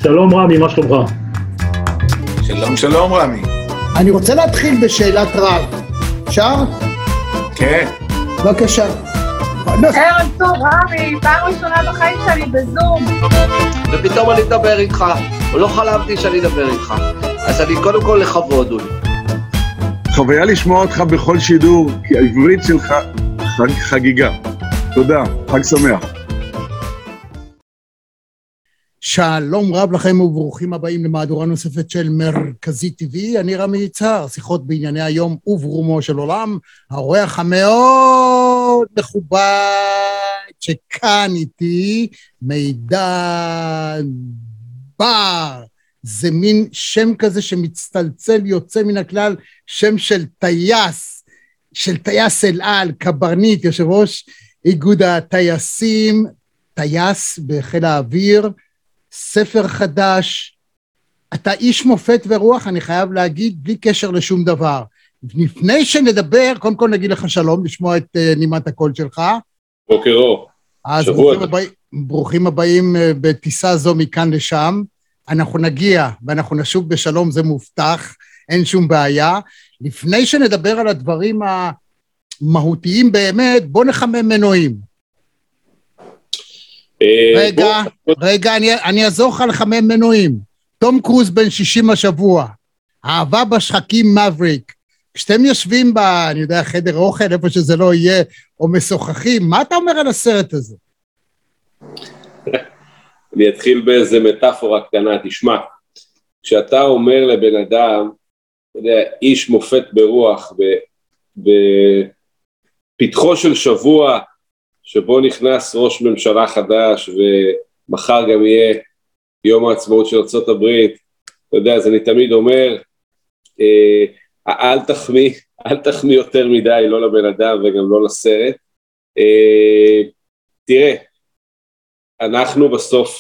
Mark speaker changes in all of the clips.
Speaker 1: שלום רמי, מה שלומך?
Speaker 2: שלום, שלום רמי.
Speaker 3: אני רוצה להתחיל בשאלת רב. אפשר?
Speaker 2: כן.
Speaker 3: בבקשה.
Speaker 4: ערב טוב רמי, פעם ראשונה בחיים שלי בזום.
Speaker 5: ופתאום אני אדבר איתך, לא חלמתי שאני אדבר איתך. אז אני קודם כל לכבוד אולי.
Speaker 6: חוויה לשמוע אותך בכל שידור, כי העברית שלך חגיגה. תודה, חג שמח.
Speaker 3: שלום רב לכם וברוכים הבאים למהדורה נוספת של מרכזי טבעי. אני רמי יצהר, שיחות בענייני היום וברומו של עולם. האורח המאוד מכובד שכאן איתי, מידן בר. זה מין שם כזה שמצטלצל, יוצא מן הכלל, שם של טייס אל על, קברניט, יושב ראש איגוד הטייסים, טייס בחיל האוויר, ספר חדש. אתה איש מופת ורוח, אני חייב להגיד, בלי קשר לשום דבר. לפני שנדבר, קודם כל נגיד לך שלום, לשמוע את נימת הקול שלך.
Speaker 7: בוקר אור.
Speaker 3: אז ברוכים הבאים בטיסה זו מכאן לשם. אנחנו נגיע ואנחנו נשוב בשלום, זה מובטח, אין שום בעיה. לפני שנדבר על הדברים המהותיים באמת, בוא נחמם מנועים. רגע, אני אעזור לך לחמם מנועים. תום קרוז בן 60 השבוע, אהבה בשחקים מבריק. כשאתם יושבים אני יודע, חדר אוכל, איפה שזה לא יהיה, או משוחחים, מה אתה אומר על הסרט הזה?
Speaker 7: אני אתחיל באיזה מטאפורה קטנה, תשמע, כשאתה אומר לבן אדם, אתה יודע, איש מופת ברוח, בפתחו של שבוע, שבו נכנס ראש ממשלה חדש, ומחר גם יהיה יום העצמאות של ארצות הברית, אתה יודע, אז אני תמיד אומר, אל תחמיא יותר מדי, לא לבן אדם וגם לא לסרט. תראה, אנחנו בסוף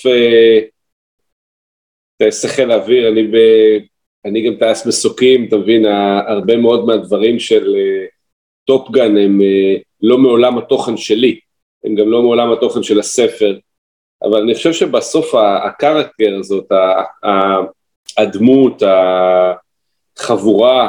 Speaker 7: טייסי חיל האוויר, אני גם טייס מסוקים, אתה מבין, הרבה מאוד מהדברים של טופגן הם לא מעולם התוכן שלי, הם גם לא מעולם התוכן של הספר, אבל אני חושב שבסוף הקרקטר הזאת, הדמות, החבורה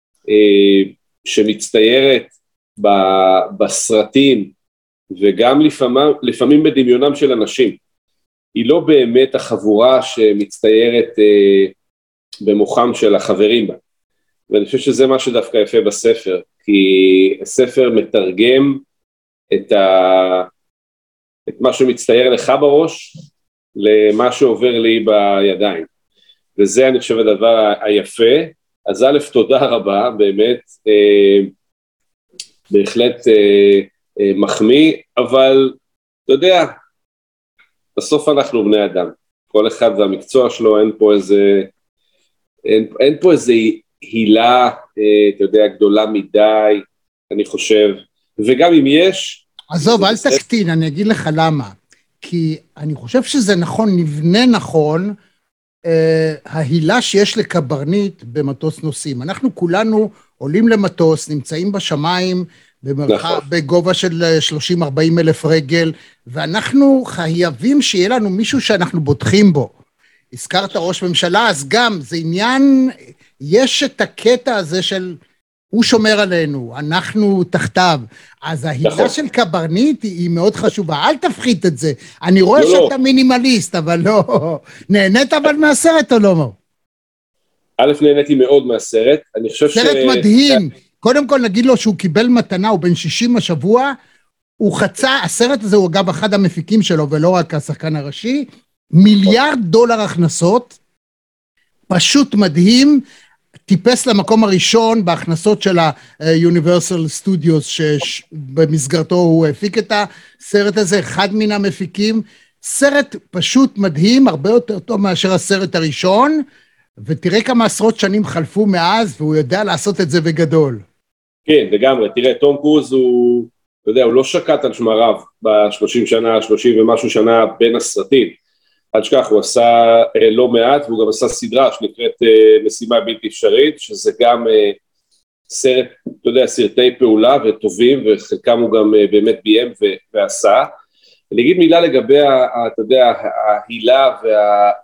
Speaker 7: שמצטיירת בסרטים, וגם לפעמים בדמיונם של אנשים, היא לא באמת החבורה שמצטיירת במוחם של החברים בה, ואני חושב שזה מה שדווקא יפה בספר, כי הספר מתרגם את מה שמצטייר לך בראש, למה שעובר לי בידיים, וזה אני חושב הדבר היפה. אז א', תודה רבה, באמת, בהחלט מחמיא, אבל אתה יודע, בסוף אנחנו בני אדם, כל אחד והמקצוע שלו, אין פה איזה הילה, אתה יודע, גדולה מדי, אני חושב, וגם אם יש...
Speaker 3: עזוב, אל תקטין, אני אגיד לך למה, כי אני חושב שזה נכון, נבנה נכון, ההילה שיש לקברניט במטוס נוסעים. אנחנו כולנו עולים למטוס, נמצאים בשמיים, בגובה של 30-40 אלף רגל, ואנחנו חייבים שיהיה לנו מישהו שאנחנו בוטחים בו. הזכרת ראש ממשלה, אז גם זה עניין, יש את הקטע הזה של הוא שומר עלינו, אנחנו תחתיו, אז ההילה של קברניט היא מאוד חשובה, אל תפחית את זה, אני רואה שאתה מינימליסט, אבל לא, נהנית אבל מהסרט או לא?
Speaker 7: א', נהניתי מאוד מהסרט, אני חושב
Speaker 3: סרט מדהים, קודם כל נגיד לו שהוא קיבל מתנה, הוא בן 60 השבוע, הוא חצה, הסרט הזה הוא אגב אחד המפיקים שלו, ולא רק השחקן הראשי, $1 מיליארד הכנסות, פשוט מדהים, טיפס למקום הראשון בהכנסות של ה-Universal Studios, שבמסגרתו הוא הפיק את הסרט הזה, אחד מן המפיקים, סרט פשוט מדהים, הרבה יותר טוב מאשר הסרט הראשון, ותראה כמה עשרות שנים חלפו מאז, והוא יודע לעשות את זה בגדול.
Speaker 7: כן, לגמרי, תראה, תום קרוז הוא, אתה יודע, הוא לא שקט על שמריו ב-30 שנה, 30 ומשהו שנה בין הסרטים, עד שכך הוא עשה לא מעט, והוא גם עשה סדרה שנקראת משימה בלתי אפשרית, שזה גם סרט, אתה יודע, סרטי פעולה וטובים, וחלקם הוא גם באמת ביים ועשה. אני אגיד מילה לגבי, אתה יודע, ההילה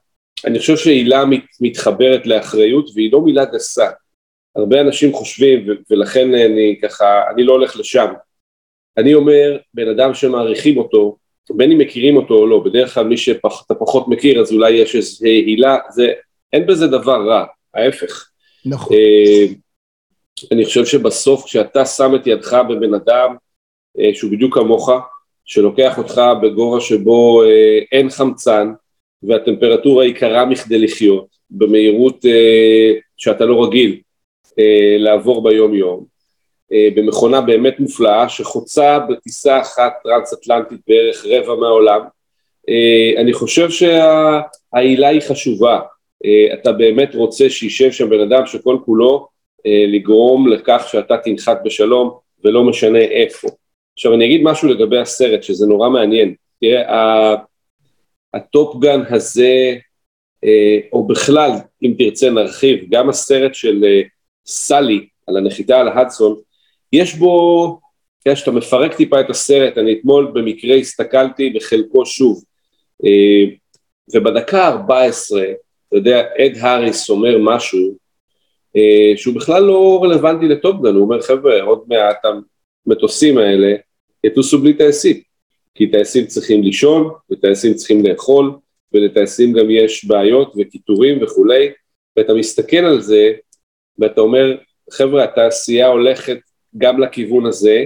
Speaker 7: אני חושב שהילה מתחברת לאחריות, והיא לא מילה גסה. הרבה אנשים חושבים, ולכן אני לא הולך לשם. אני אומר, בן אדם שמעריכים אותו, בין אם מכירים אותו או לא, בדרך כלל מי שאתה פחות מכיר, אז אולי יש איזו הילה, אין בזה דבר רע, ההפך.
Speaker 3: נכון.
Speaker 7: אני חושב שבסוף, כשאתה שם את ידך בבן אדם, שהוא בדיוק כמוך, שלוקח אותך בגובה שבו אין חמצן, והטמפרטורה היא קרה מכדי לחיות, במהירות שאתה לא רגיל לעבור ביום יום, במכונה באמת מופלאה, שחוצה בטיסה אחת טרנס-אטלנטית בערך רבע מהעולם. אני חושב שהעילה היא חשובה, אתה באמת רוצה שישב שם בן אדם שכל כולו לגרום לכך שאתה תנחת בשלום, ולא משנה איפה. עכשיו אני אגיד משהו לגבי הסרט, שזה נורא מעניין. תראה, הטופגן הזה, או בכלל, אם תרצה נרחיב, גם הסרט של סלי, על הנחיתה על ההדסון, יש בו, כשאתה מפרק טיפה את הסרט, אני אתמול במקרה הסתכלתי בחלקו שוב, ובדקה 14, אתה יודע, אד האריס אומר משהו, שהוא בכלל לא רלוונטי לטופגן, הוא אומר, חבר'ה, עוד מעט המטוסים האלה, יטוסו בלי טייסים, כי טייסים צריכים לישון, וטייסים צריכים לאכול, ולטייסים גם יש בעיות וקיטורים וכולי, ואתה מסתכל על זה, ואתה אומר, חבר'ה, התעשייה הולכת גם לכיוון הזה,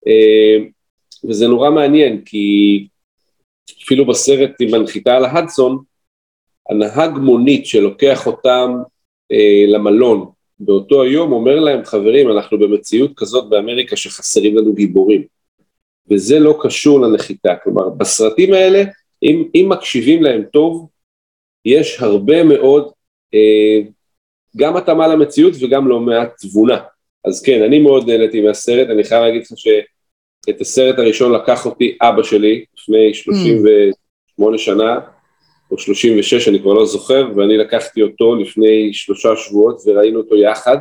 Speaker 7: וזה נורא מעניין, כי אפילו בסרט עם הנחיתה על ההדסון, הנהג מונית שלוקח אותם למלון, באותו היום אומר להם, חברים, אנחנו במציאות כזאת באמריקה שחסרים לנו גיבורים, וזה לא קשור לנחיתה, כלומר, בסרטים האלה, אם מקשיבים להם טוב, יש הרבה מאוד, גם התאמה למציאות וגם לא מעט תבונה. אז כן, אני מאוד נהניתי מהסרט, אני חייב להגיד לך שאת הסרט הראשון לקח אותי אבא שלי, לפני 38 שנה, או 36, אני כבר לא זוכר, ואני לקחתי אותו לפני 3 שבועות, וראינו אותו יחד.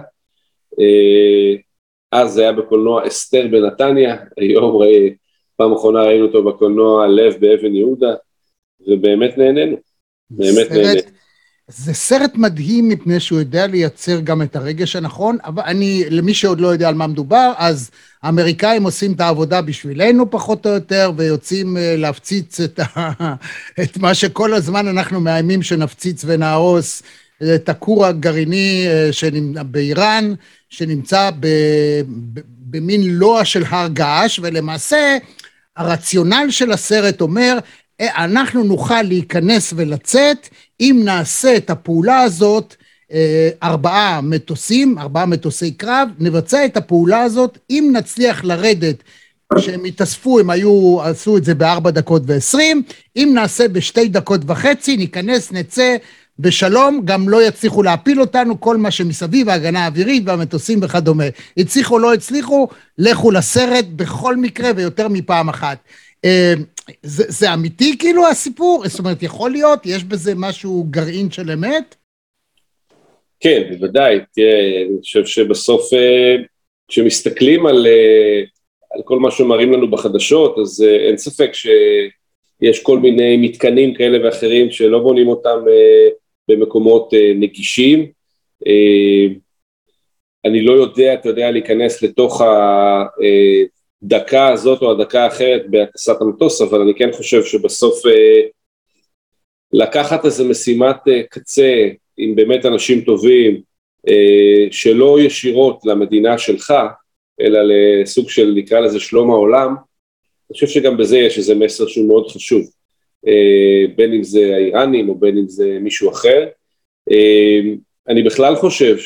Speaker 7: אז זה היה בקולנוע אסתר בנתניה, היום פעם אחרונה ראינו אותו בקולנוע לב באבן יהודה, ובאמת נהנינו, באמת נהנינו.
Speaker 3: זה סרט מדהים מפני שהוא יודע לייצר גם את הרגש הנכון, אבל למי שעוד לא יודע על מה מדובר, אז האמריקאים עושים את העבודה בשבילנו פחות או יותר, ויוצאים להפציץ את מה שכל הזמן אנחנו מאיימים שנפציץ ונהרוס, את הכור הגרעיני באיראן, שנמצא במין לוע של הר געש, ולמעשה הרציונל של הסרט אומר, אנחנו נוכל להיכנס ולצאת, אם נעשה את הפעולה הזאת, 4 מטוסי קרב, נבצע את הפעולה הזאת, אם נצליח לרדת, שהם התאספו, עשו את זה ב4 דקות ו20, אם נעשה ב2 דקות וחצי, ניכנס, נצא בשלום, גם לא יצליחו להפיל אותנו, כל מה שמסביב, ההגנה האווירית והמטוסים וכדומה. הצליחו, לא הצליחו, לכו לסרט בכל מקרה ויותר מפעם אחת. זה אמיתי כאילו הסיפור? זאת אומרת, יכול להיות? יש בזה משהו גרעין של אמת?
Speaker 7: כן, בוודאי. אני חושב שבסוף, כשמסתכלים על כל מה שמראים לנו בחדשות, אז אין ספק שיש כל מיני מתקנים כאלה ואחרים שלא בונים אותם במקומות נגישים. אני לא יודע, אתה יודע, להיכנס לתוך הדקה הזאת או הדקה האחרת בהטסת המטוס, אבל אני כן חושב שבסוף לקחת איזו משימת קצה עם באמת אנשים טובים, שלא ישירות למדינה שלך, אלא לסוג של נקרא לזה שלום העולם, אני חושב שגם בזה יש איזה מסר שהוא מאוד חשוב, בין אם זה האיראנים או בין אם זה מישהו אחר. אני בכלל חושב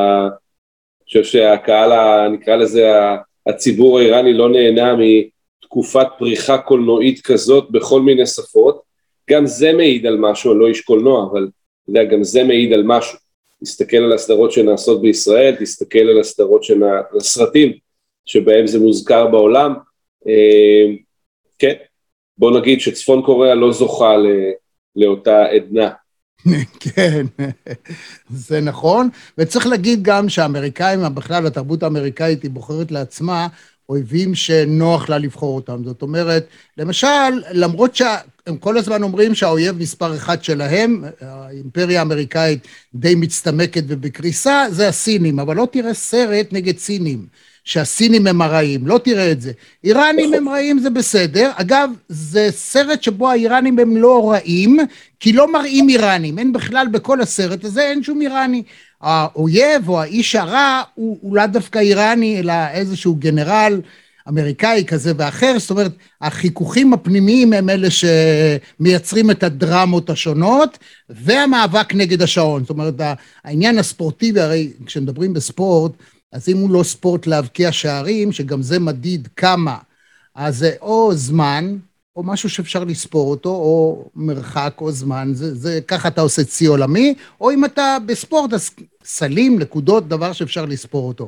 Speaker 7: שהקהל, נקרא לזה הציבור האיראני לא נהנה מתקופת פריחה קולנועית כזאת בכל מיני שפות, גם זה מעיד על משהו, אני לא איש קולנוע, אבל גם זה מעיד על משהו. תסתכל על הסדרות שנעשות בישראל, תסתכל על הסרטים שבהם זה מוזכר בעולם, כן, בוא נגיד שצפון קוריאה לא זוכה לאותה עדנה.
Speaker 3: כן, זה נכון, וצריך להגיד גם שהאמריקאים, בכלל התרבות האמריקאית היא בוחרת לעצמה אויבים שנוח לה לבחור אותם. זאת אומרת, למשל, למרות שהם כל הזמן אומרים שהאויב מספר אחד שלהם, האימפריה האמריקאית די מצטמקת ובקריסה, זה הסינים, אבל לא תראה סרט נגד סינים, שהסינים הם הרעים, לא תראה את זה. איראנים הם רעים, זה בסדר. אגב, זה סרט שבו האיראנים הם לא רעים, כי לא מראים איראנים, אין בכלל בכל הסרט הזה, אין שום איראני. האויב או האיש הרע הוא לא דווקא איראני, אלא איזשהו גנרל אמריקאי כזה ואחר, זאת אומרת, החיכוכים הפנימיים הם אלה שמייצרים את הדרמות השונות, והמאבק נגד השעון. זאת אומרת, העניין הספורטיבי, הרי כשמדברים בספורט, אז אם הוא לא ספורט להבקיע שערים, שגם זה מדיד כמה, אז זה או זמן, או משהו שאפשר לספור אותו, או מרחק או זמן, זה ככה אתה עושה צי עולמי, או אם אתה בספורט, אז סלים, נקודות, דבר שאפשר לספור אותו.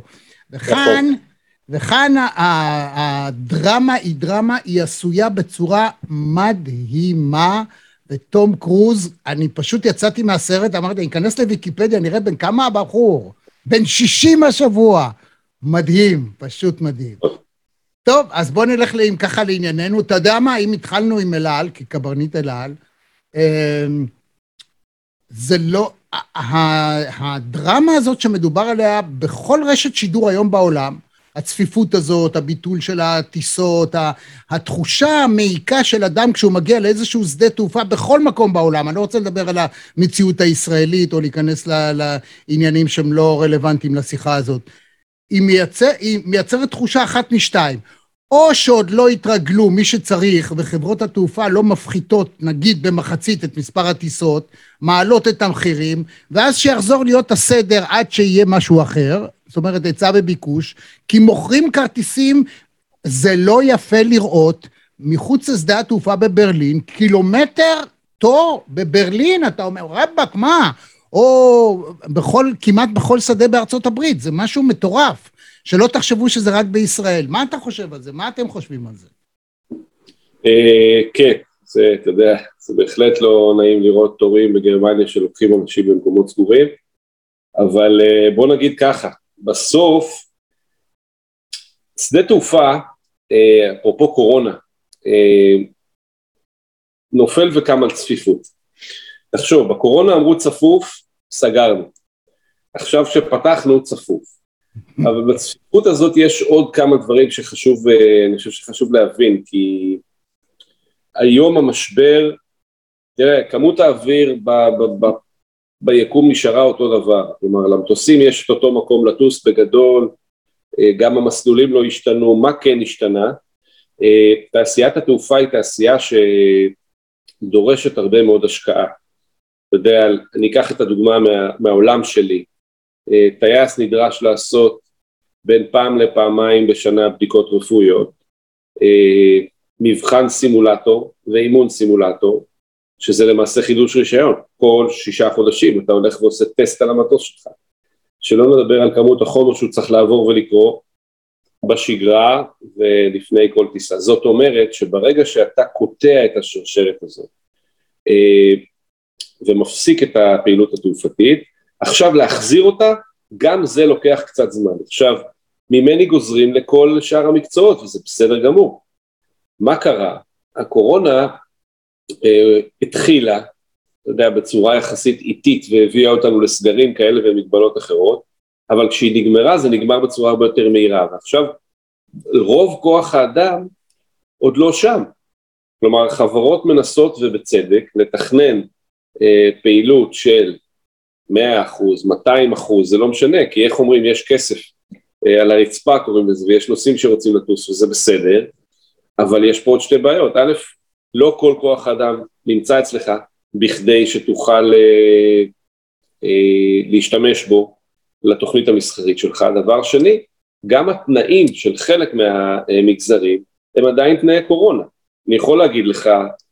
Speaker 3: וכאן הדרמה היא עשויה בצורה מדהימה, ותום קרוז, אני פשוט יצאתי מהסרט, אמרתי, אני אכנס לוויקיפדיה, נראה בין כמה הבחור, בין 60 השבוע, מדהים, פשוט מדהים. טוב, אז בוא נלך ככה לענייננו, אתה יודע מה, אם התחלנו עם אלעל, כקברניט אלעל, זה לא, הדרמה הזאת שמדובר עליה בכל רשת שידור היום בעולם, הצפיפות הזאת, הביטול של הטיסות, התחושה המעיקה של אדם כשהוא מגיע לאיזשהו שדה תעופה בכל מקום בעולם, אני לא רוצה לדבר על המציאות הישראלית או להיכנס לעניינים שהם לא רלוונטיים לשיחה הזאת, היא מייצרת תחושה אחת משתיים, או שעוד לא התרגלו מי שצריך וחברות התעופה לא מפחיתות נגיד במחצית את מספר הטיסות, מעלות את המחירים, ואז שיחזור להיות הסדר עד שיהיה משהו אחר, זאת אומרת היצע וביקוש, כי מוכרים כרטיסים, זה לא יפה לראות, מחוץ לשדה התעופה בברלין, קילומטר תור בברלין, אתה אומר רבק מה? או כמעט בכל שדה בארצות הברית, זה משהו מטורף, שלא תחשבו שזה רק בישראל. מה אתה חושב על זה? מה אתם חושבים על זה?
Speaker 7: כן, זה, אתה יודע, זה בהחלט לא נעים לראות תורים בגרמניה שלוקחים אנשים במקומות סגורים, אבל בוא נגיד ככה, בסוף, שדה תעופה, אפרופו קורונה, נופל וקם על צפיפות. תחשוב, בקורונה אמרו צפוף, סגרנו. עכשיו שפתחנו, צפוף. אבל בצפיפות הזאת יש עוד כמה דברים שחשוב, אני חושב שחשוב להבין, כי היום המשבר, תראה, כמות האוויר ביקום נשארה אותו דבר, כלומר, למטוסים יש את אותו מקום לטוס בגדול, גם המסלולים לא השתנו, מה כן השתנה? תעשיית התעופה היא תעשייה שדורשת הרבה מאוד השקעה. אתה יודע, אני אקח את הדוגמה מהעולם שלי, טייס נדרש לעשות בין פעם לפעמיים בשנה בדיקות רפואיות, מבחן סימולטור ואימון סימולטור, שזה למעשה חידוש רישיון, כל 6 חודשים אתה הולך ועושה טסט על המטוס שלך, שלא נדבר על כמות החומר שהוא צריך לעבור ולקרוא בשגרה ולפני כל טיסה. זאת אומרת שברגע שאתה קוטע את השרשרת הזאת ומפסיק את הפעילות התעופתית, עכשיו להחזיר אותה, גם זה לוקח קצת זמן. עכשיו, ממני גוזרים לכל שאר המקצועות, וזה בסדר גמור. מה קרה? הקורונה התחילה, אתה יודע, בצורה יחסית איטית, והביאה אותנו לסגרים כאלה ומגבלות אחרות, אבל כשהיא נגמרה, זה נגמר בצורה הרבה יותר מהירה. ועכשיו, רוב כוח האדם עוד לא שם. כלומר, חברות מנסות ובצדק לתכנן פעילות של 100%, 200%, זה לא משנה, כי איך אומרים, יש כסף על הרצפה, קוראים לזה, ויש נושאים שרוצים לטוס, וזה בסדר, אבל יש פה עוד 2 בעיות. א', לא כל כוח האדם נמצא אצלך, בכדי שתוכל להשתמש בו לתוכנית המסחרית שלך. דבר שני, גם התנאים של חלק מהמגזרים, הם עדיין תנאי קורונה. אני יכול להגיד לך,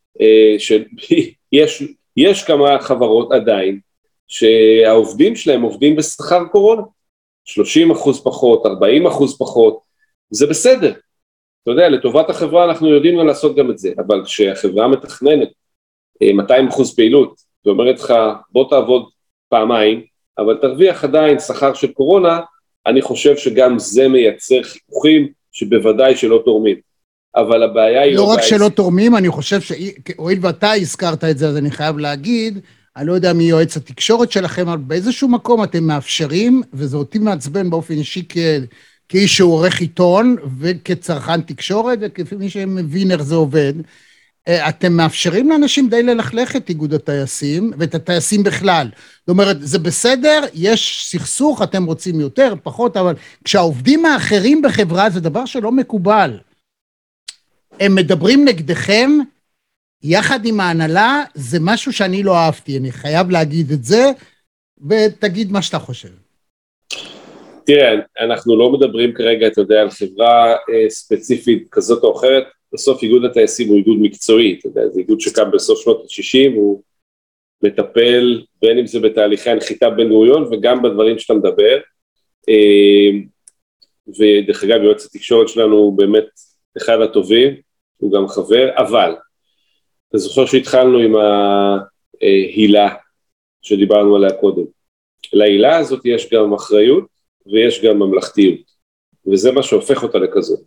Speaker 7: שיש כמה חברות עדיין, שהעובדים שלהם עובדים בשכר קורונה, 30% פחות, 40% פחות, זה בסדר. אתה יודע, לטובת החברה אנחנו יודעים לעשות גם את זה, אבל כשהחברה מתכננת 200% פעילות, ואומרת לך, בוא תעבוד פעמיים, אבל תרוויח עדיין שכר של קורונה, אני חושב שגם זה מייצר חיכוכים שבוודאי שלא תורמים. אבל הבעיה היא...
Speaker 3: לא רק שלא תורמים, אני חושב שהואיל ואתה הזכרת את זה, אז אני חייב להגיד, אני לא יודע מי יועץ התקשורת שלכם, אבל באיזשהו מקום אתם מאפשרים, וזה אותי מעצבן באופן אישי כאיש שהוא עורך עיתון, וכצרכן תקשורת, וכפי שמבין איך זה עובד, אתם מאפשרים לאנשים די ללכלך את איגוד הטייסים, ואת הטייסים בכלל. זאת אומרת, זה בסדר, יש סכסוך, אתם רוצים יותר, פחות, אבל כשהעובדים האחרים בחברה, זה דבר שלא מקובל. הם מדברים נגדכם, יחד עם ההנהלה, זה משהו שאני לא אהבתי, אני חייב להגיד את זה, ותגיד מה שאתה חושב.
Speaker 7: תראה, אנחנו לא מדברים כרגע, אתה יודע, על חברה ספציפית כזאת או אחרת, בסוף איגוד הטייסים הוא איגוד מקצועי, אתה יודע, זה איגוד שקם בסוף שנות ה-60, הוא מטפל בין אם זה בתהליכי הנחיתה בן גוריון, וגם בדברים שאתה מדבר, ודרך אגב, יועץ התקשורת שלנו הוא באמת אחד הטובים, הוא גם חבר, אבל, אתה זוכר שהתחלנו עם ההילה שדיברנו עליה קודם. להילה הזאת יש גם אחריות ויש גם ממלכתיות, וזה מה שהופך אותה לכזאת.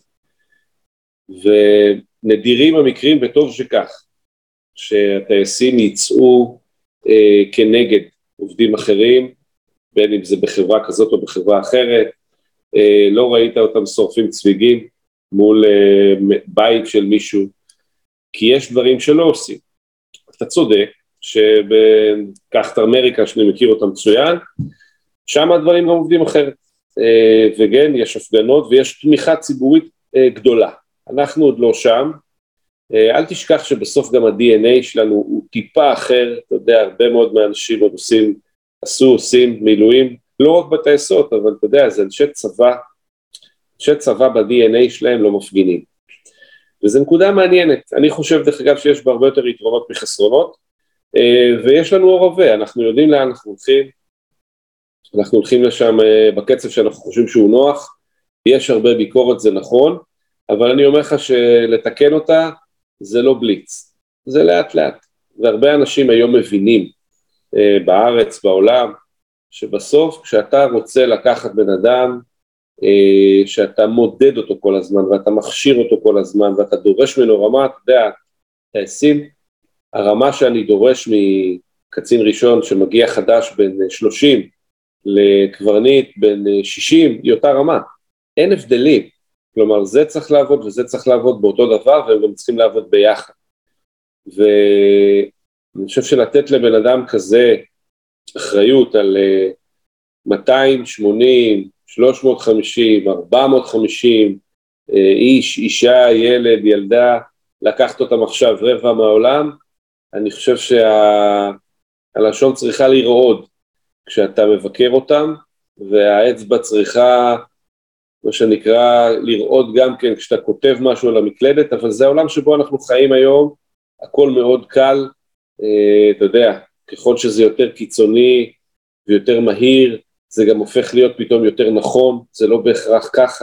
Speaker 7: ונדירים המקרים, וטוב שכך, שהטייסים יצאו כנגד עובדים אחרים, בין אם זה בחברה כזאת או בחברה אחרת, לא ראית אותם שורפים צמיגים מול בית של מישהו, כי יש דברים שלא עושים. אתה צודק, שבקחת אמריקה שאני מכיר אותם מצוין, שם הדברים גם עובדים אחרת, וכן, יש הפגנות ויש תמיכה ציבורית גדולה. אנחנו עוד לא שם, אל תשכח שבסוף גם ה-DNA שלנו הוא טיפה אחר, אתה יודע, הרבה מאוד מהאנשים עוד עושים מילואים, לא רק בטייסות, אבל אתה יודע, זה אנשי צבא ב-DNA שלהם לא מפגינים. וזו נקודה מעניינת, אני חושב דרך אגב שיש בה הרבה יותר יתרונות מחסרונות, ויש לנו אור רבה, אנחנו יודעים לאן אנחנו הולכים לשם בקצב שאנחנו חושבים שהוא נוח, יש הרבה ביקורת, זה נכון, אבל אני אומר לך שלתקן אותה זה לא בליץ, זה לאט לאט, והרבה אנשים היום מבינים בארץ, בעולם, שבסוף כשאתה רוצה לקחת בן אדם, שאתה מודד אותו כל הזמן, ואתה מכשיר אותו כל הזמן, ואתה דורש ממנו רמה, אתה יודע, טייסים, הרמה שאני דורש מקצין ראשון שמגיע חדש בין 30 לקברניט בין 60, היא אותה רמה, אין הבדלים, כלומר זה צריך לעבוד וזה צריך לעבוד באותו דבר, והם גם צריכים לעבוד ביחד, ואני חושב שלתת לבן אדם כזה אחריות על 280, 350, 450, איש, אישה, ילד, ילדה, לקחת אותם עכשיו רבע מהעולם, אני חושב שהלשון צריכה לרעוד כשאתה מבקר אותם, והאצבע צריכה, מה שנקרא, לרעוד גם כן כשאתה כותב משהו על המקלדת, אבל זה העולם שבו אנחנו חיים היום, הכל מאוד קל, אתה יודע, ככל שזה יותר קיצוני ויותר מהיר, זה גם הופך להיות פתאום יותר נכון, זה לא בהכרח ככה.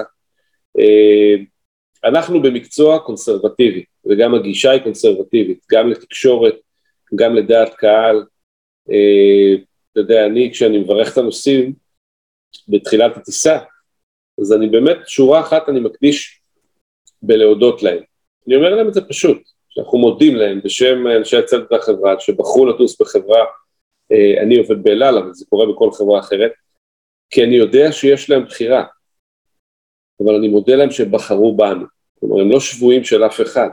Speaker 7: אנחנו במקצוע קונסרבטיבי, וגם הגישה היא קונסרבטיבית, גם לתקשורת, גם לדעת קהל. אתה יודע, כשאני מברך את הנושאים בתחילת הטיסה, אז אני באמת, שורה אחת אני מקדיש בלהודות להם. אני אומר להם את זה פשוט, שאנחנו מודים להם בשם אנשי הצוות החברה, שבחרו לטוס בחברה, אני עובד באל"ל, אבל זה קורה בכל חברה אחרת, כי אני יודע שיש להם בחירה, אבל אני מודה להם שבחרו בנו, כלומר, הם לא שבויים של אף אחד.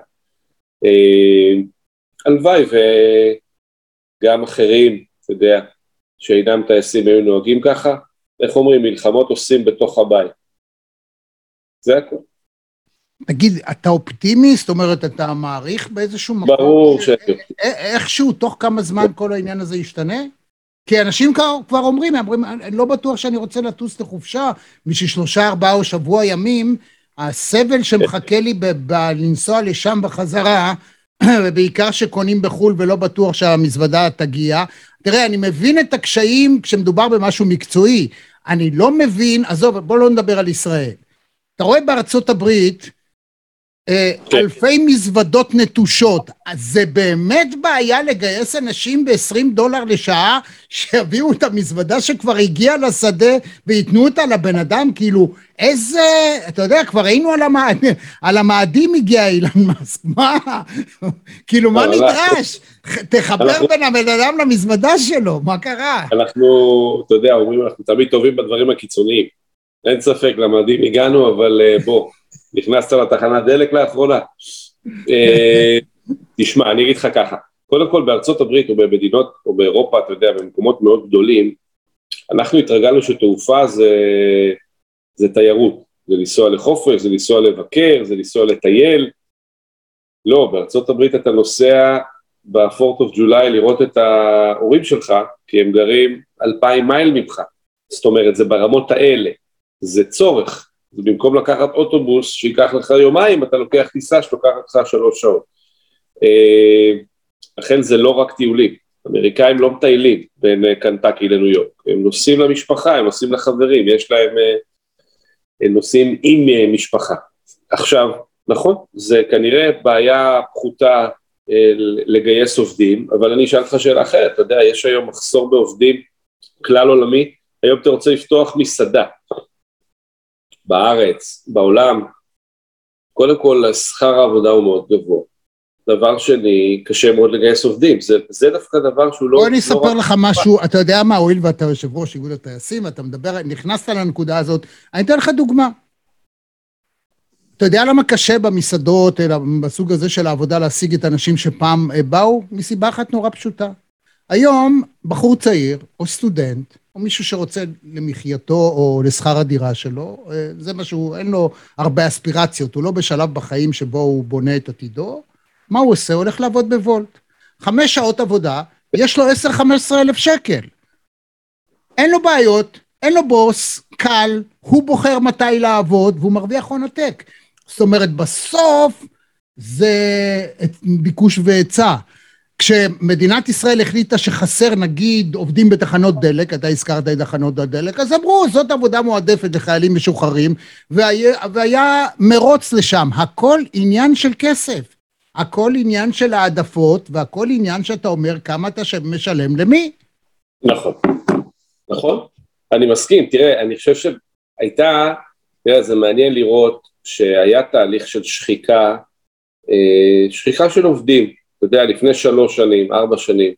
Speaker 7: הלוואי, וגם אחרים, אתה יודע, שאינם טייסים היו נוהגים ככה, איך אומרים, מלחמות עושים בתוך הבית. זה הכל.
Speaker 3: תגיד, אתה אופטימי? זאת אומרת, אתה מעריך באיזשהו מקום?
Speaker 7: ברור
Speaker 3: איכשהו, תוך כמה זמן כל העניין הזה ישתנה? כי אנשים כבר אומרים, אני לא בטוח שאני רוצה לטוס לחופשה, בשביל 3-4 או שבוע ימים, הסבל שמחכה לי לנסוע לשם בחזרה, ובעיקר שקונים בחול ולא בטוח שהמזוודה תגיע. תראה, אני מבין את הקשיים כשמדובר במשהו מקצועי, אני לא מבין, עזוב, בוא לא נדבר על ישראל. אתה רואה בארצות הברית, אלפי מזוודות נטושות, אז זה באמת בעיה לגייס אנשים $20 לשעה, שיביאו את המזוודה שכבר הגיעה לשדה, ויתנו אותה לבן אדם, כאילו, איזה, אתה יודע, כבר היינו על המאדים הגיע אילן מאסק, מה? כאילו, מה נדרש? תחבר בין הבן אדם למזוודה שלו, מה קרה?
Speaker 7: אנחנו, אתה יודע, אומרים, אנחנו תמיד טובים בדברים הקיצוניים. אין ספק, למאדים הגענו, אבל בוא, נכנסת לתחנת דלק לאחרונה. תשמע, אני אגיד לך ככה, קודם כל בארצות הברית או במדינות או באירופה, אתה יודע, במקומות מאוד גדולים, אנחנו התרגלנו שתעופה זה תיירות, זה לנסוע לחופש, זה לנסוע לבקר, זה לנסוע לטייל. לא, בארצות הברית אתה נוסע ב-4th of July לראות את ההורים שלך, כי הם גרים 2,000 מייל ממך. זאת אומרת, זה ברמות האלה, זה צורך. זה במקום לקחת אוטובוס שיקח לך יומיים, אתה לוקח טיסה שלוקחת לך 3 שעות. לכן זה לא רק טיולים. אמריקאים לא מטיילים בין קנטקי לניו יורק. הם נוסעים למשפחה, הם נוסעים לחברים, יש להם... הם נוסעים עם משפחה. עכשיו, נכון, זה כנראה בעיה פחותה לגייס עובדים, אבל אני אשאל לך שאלה אחרת, אתה יודע, יש היום מחסור בעובדים כלל עולמי, היום אתה רוצה לפתוח מסעדה, בארץ, בעולם, קודם כל, שכר העבודה הוא מאוד גבוה. דבר שני, קשה מאוד לגייס עובדים, זה דווקא דבר שהוא לא...
Speaker 3: בוא אני אספר לך משהו, אתה יודע מה, הואיל ואתה יושב ראש איגוד הטייסים, אתה מדבר, נכנסת לנקודה הזאת, אני אתן לך דוגמה. אתה יודע למה קשה במסעדות, אלא בסוג הזה של העבודה להשיג את אנשים שפעם באו? מסיבה אחת נורא פשוטה. היום בחור צעיר, או סטודנט, או מישהו שרוצה למחייתו או לשכר הדירה שלו, זה משהו, אין לו הרבה אספירציות, הוא לא בשלב בחיים שבו הוא בונה את עתידו, מה הוא עושה? הוא הולך לעבוד בוולט. 5 שעות עבודה, יש לו 10-15 אלף שקל. אין לו בעיות, אין לו בוס, קל, הוא בוחר מתי לעבוד, והוא מרוויח הון עתק. זאת אומרת, בסוף זה ביקוש והיצע. כשמדינת ישראל החליטה שחסר, נגיד, עובדים בתחנות דלק, אתה הזכרת את תחנות הדלק, אז אמרו, זאת עבודה מועדפת לחיילים משוחררים, והיה מרוץ לשם. הכל עניין של כסף. הכל עניין של העדפות, והכל עניין שאתה אומר כמה אתה משלם למי.
Speaker 7: נכון, נכון. אני מסכים, תראה, אני חושב שהייתה, תראה, זה מעניין לראות שהיה תהליך של שחיקה של עובדים, אתה יודע, לפני 3 שנים, 4 שנים.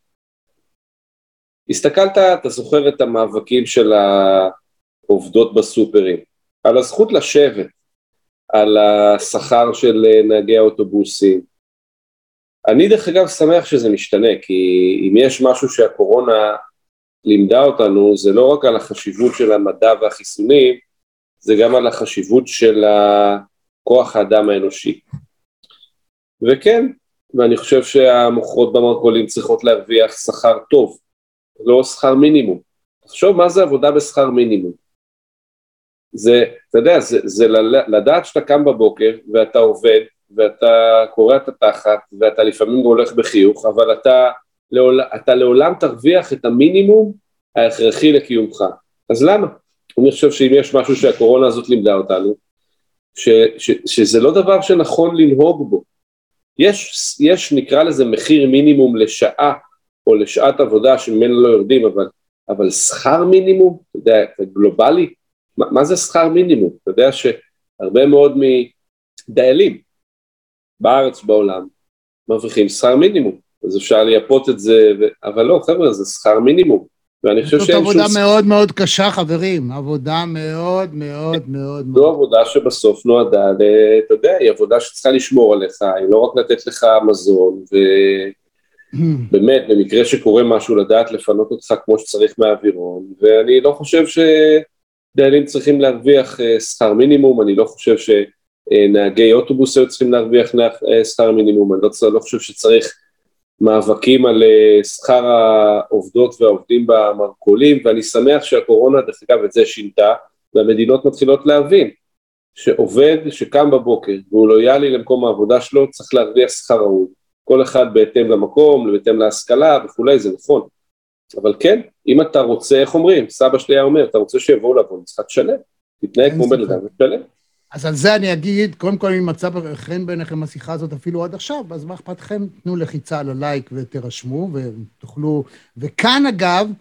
Speaker 7: הסתכלת, אתה זוכר את המאבקים של העובדות בסופרים, על הזכות לשבת, על השכר של נהגי האוטובוסים. אני דרך אגב שמח שזה משתנה, כי אם יש משהו שהקורונה לימדה אותנו, זה לא רק על החשיבות של המדע והחיסונים, זה גם על החשיבות של כוח האדם האנושי. וכן, ואני חושב שהמוכרות במרכולים צריכות להרוויח שכר טוב, לא שכר מינימום. תחשוב מה זה עבודה בשכר מינימום. זה, אתה יודע, זה לדעת שאתה קם בבוקר ואתה עובד, ואתה קורא את התחת, ואתה לפעמים הולך בחיוך, אבל אתה לעולם תרוויח את המינימום ההכרחי לקיומך. אז למה? אני חושב שאם יש משהו שהקורונה הזאת לימדה אותנו, שזה לא דבר שנכון לנהוג בו. יש נקרא לזה מחיר מינימום לשעה, או לשעת עבודה שממנו לא יורדים, אבל שכר מינימום, אתה יודע, גלובלי, מה זה שכר מינימום? אתה יודע שהרבה מאוד מדיילים בארץ בעולם מרוויחים שכר מינימום, אז אפשר לייפות את זה, אבל לא, חבר'ה, זה שכר מינימום, ואני חושב שאין שום... זאת
Speaker 3: עבודה מאוד מאוד קשה, חברים, עבודה מאוד מאוד מאוד...
Speaker 7: זו עבודה שבסוף נועדה, אתה יודע, היא עבודה שצריכה לשמור עליך, היא לא רק לתת לך מזון, ובאמת, במקרה שקורה משהו, לדעת לפנות אותך כמו שצריך מהאווירון, ואני לא חושב שדיילים צריכים להרוויח שכר מינימום, אני לא חושב שנהגי אוטובוס היו צריכים להרוויח שכר מינימום, אני לא חושב שצריך מאבקים על שכר העובדות והעובדים במרכולים, ואני שמח שהקורונה דרך אגב את זה שינתה, והמדינות מתחילות להבין, שעובד שקם בבוקר, והוא לויאלי למקום העבודה שלו, צריך להרוויח שכר ראוי, כל אחד בהתאם למקום, בהתאם להשכלה וכולי, זה נכון, אבל כן, אם אתה רוצה, איך אומרים, סבא שלי היה אומר, אתה רוצה שיבואו לעבוד, צריך תשלם, תתנהג כמו בן אדם ותשלם.
Speaker 3: אז על זה אני אגיד, קודם כל אם מצא חן ביניכם השיחה הזאת אפילו עד עכשיו, אז מה אכפתכם? תנו לחיצה על הלייק ותרשמו ותוכלו, וכאן אגב,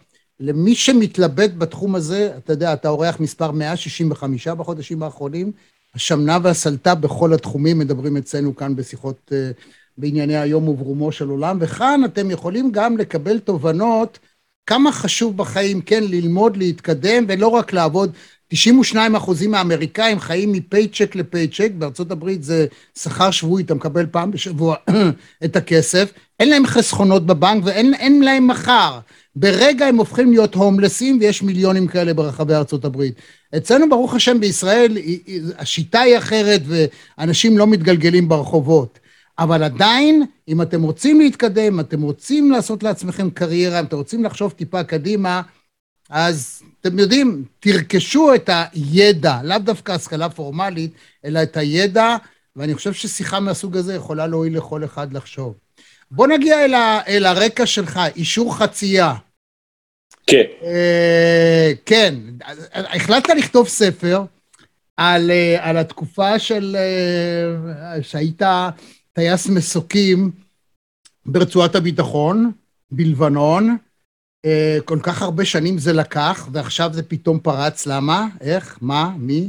Speaker 3: למי שמתלבט בתחום הזה, אתה יודע, אתה עורך מספר 165 בחודשים האחרונים, השמנה והסלטה בכל התחומים מדברים אצלנו כאן בשיחות בענייני היום וברומו של עולם, וכאן אתם יכולים גם לקבל תובנות כמה חשוב בחיים, כן, ללמוד, להתקדם, ולא רק לעבוד. 92% מהאמריקאים חיים מפייצ'ק לפייצ'ק, בארצות הברית זה שכר שבועי, אתה מקבל פעם בשבוע את הכסף, אין להם חסכונות בבנק ואין להם מחר. ברגע הם הופכים להיות הומלסים, ויש מיליונים כאלה ברחבי ארצות הברית. אצלנו ברוך השם בישראל, השיטה היא אחרת ואנשים לא מתגלגלים ברחובות. אבל עדיין, אם אתם רוצים להתקדם, אתם רוצים לעשות לעצמכם קריירה, אם אתם רוצים לחשוב טיפה קדימה, אז אתם יודעים, תרכשו את הידע, לאו דווקא השכלה פורמלית, אלא את הידע, ואני חושב ששיחה מהסוג הזה יכולה להועיל לכל אחד לחשוב. בוא נגיע אל הרקע שלך, אישור חצייה.
Speaker 7: כן.
Speaker 3: כן, החלטת לכתוב ספר על התקופה שהיית טייס מסוקים ברצועת הביטחון, בלבנון, כל כך הרבה שנים זה לקח, ועכשיו זה פתאום פרץ, למה? איך? מה? מי?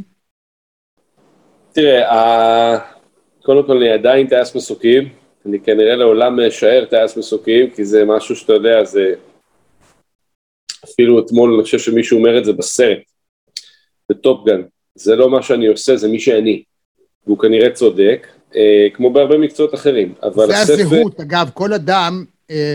Speaker 7: תראה, קודם כל אני עדיין טייס מסוקים, אני כנראה לעולם משאר טייס מסוקים, כי זה משהו שאתה יודע, זה אפילו אתמול אני חושב שמישהו אומר את זה בסרט, בטופגן, זה לא מה שאני עושה, זה מי שאני, והוא כנראה צודק, כמו בהרבה מקצועות אחרים, אבל
Speaker 3: זה הזהות, אגב, כל אדם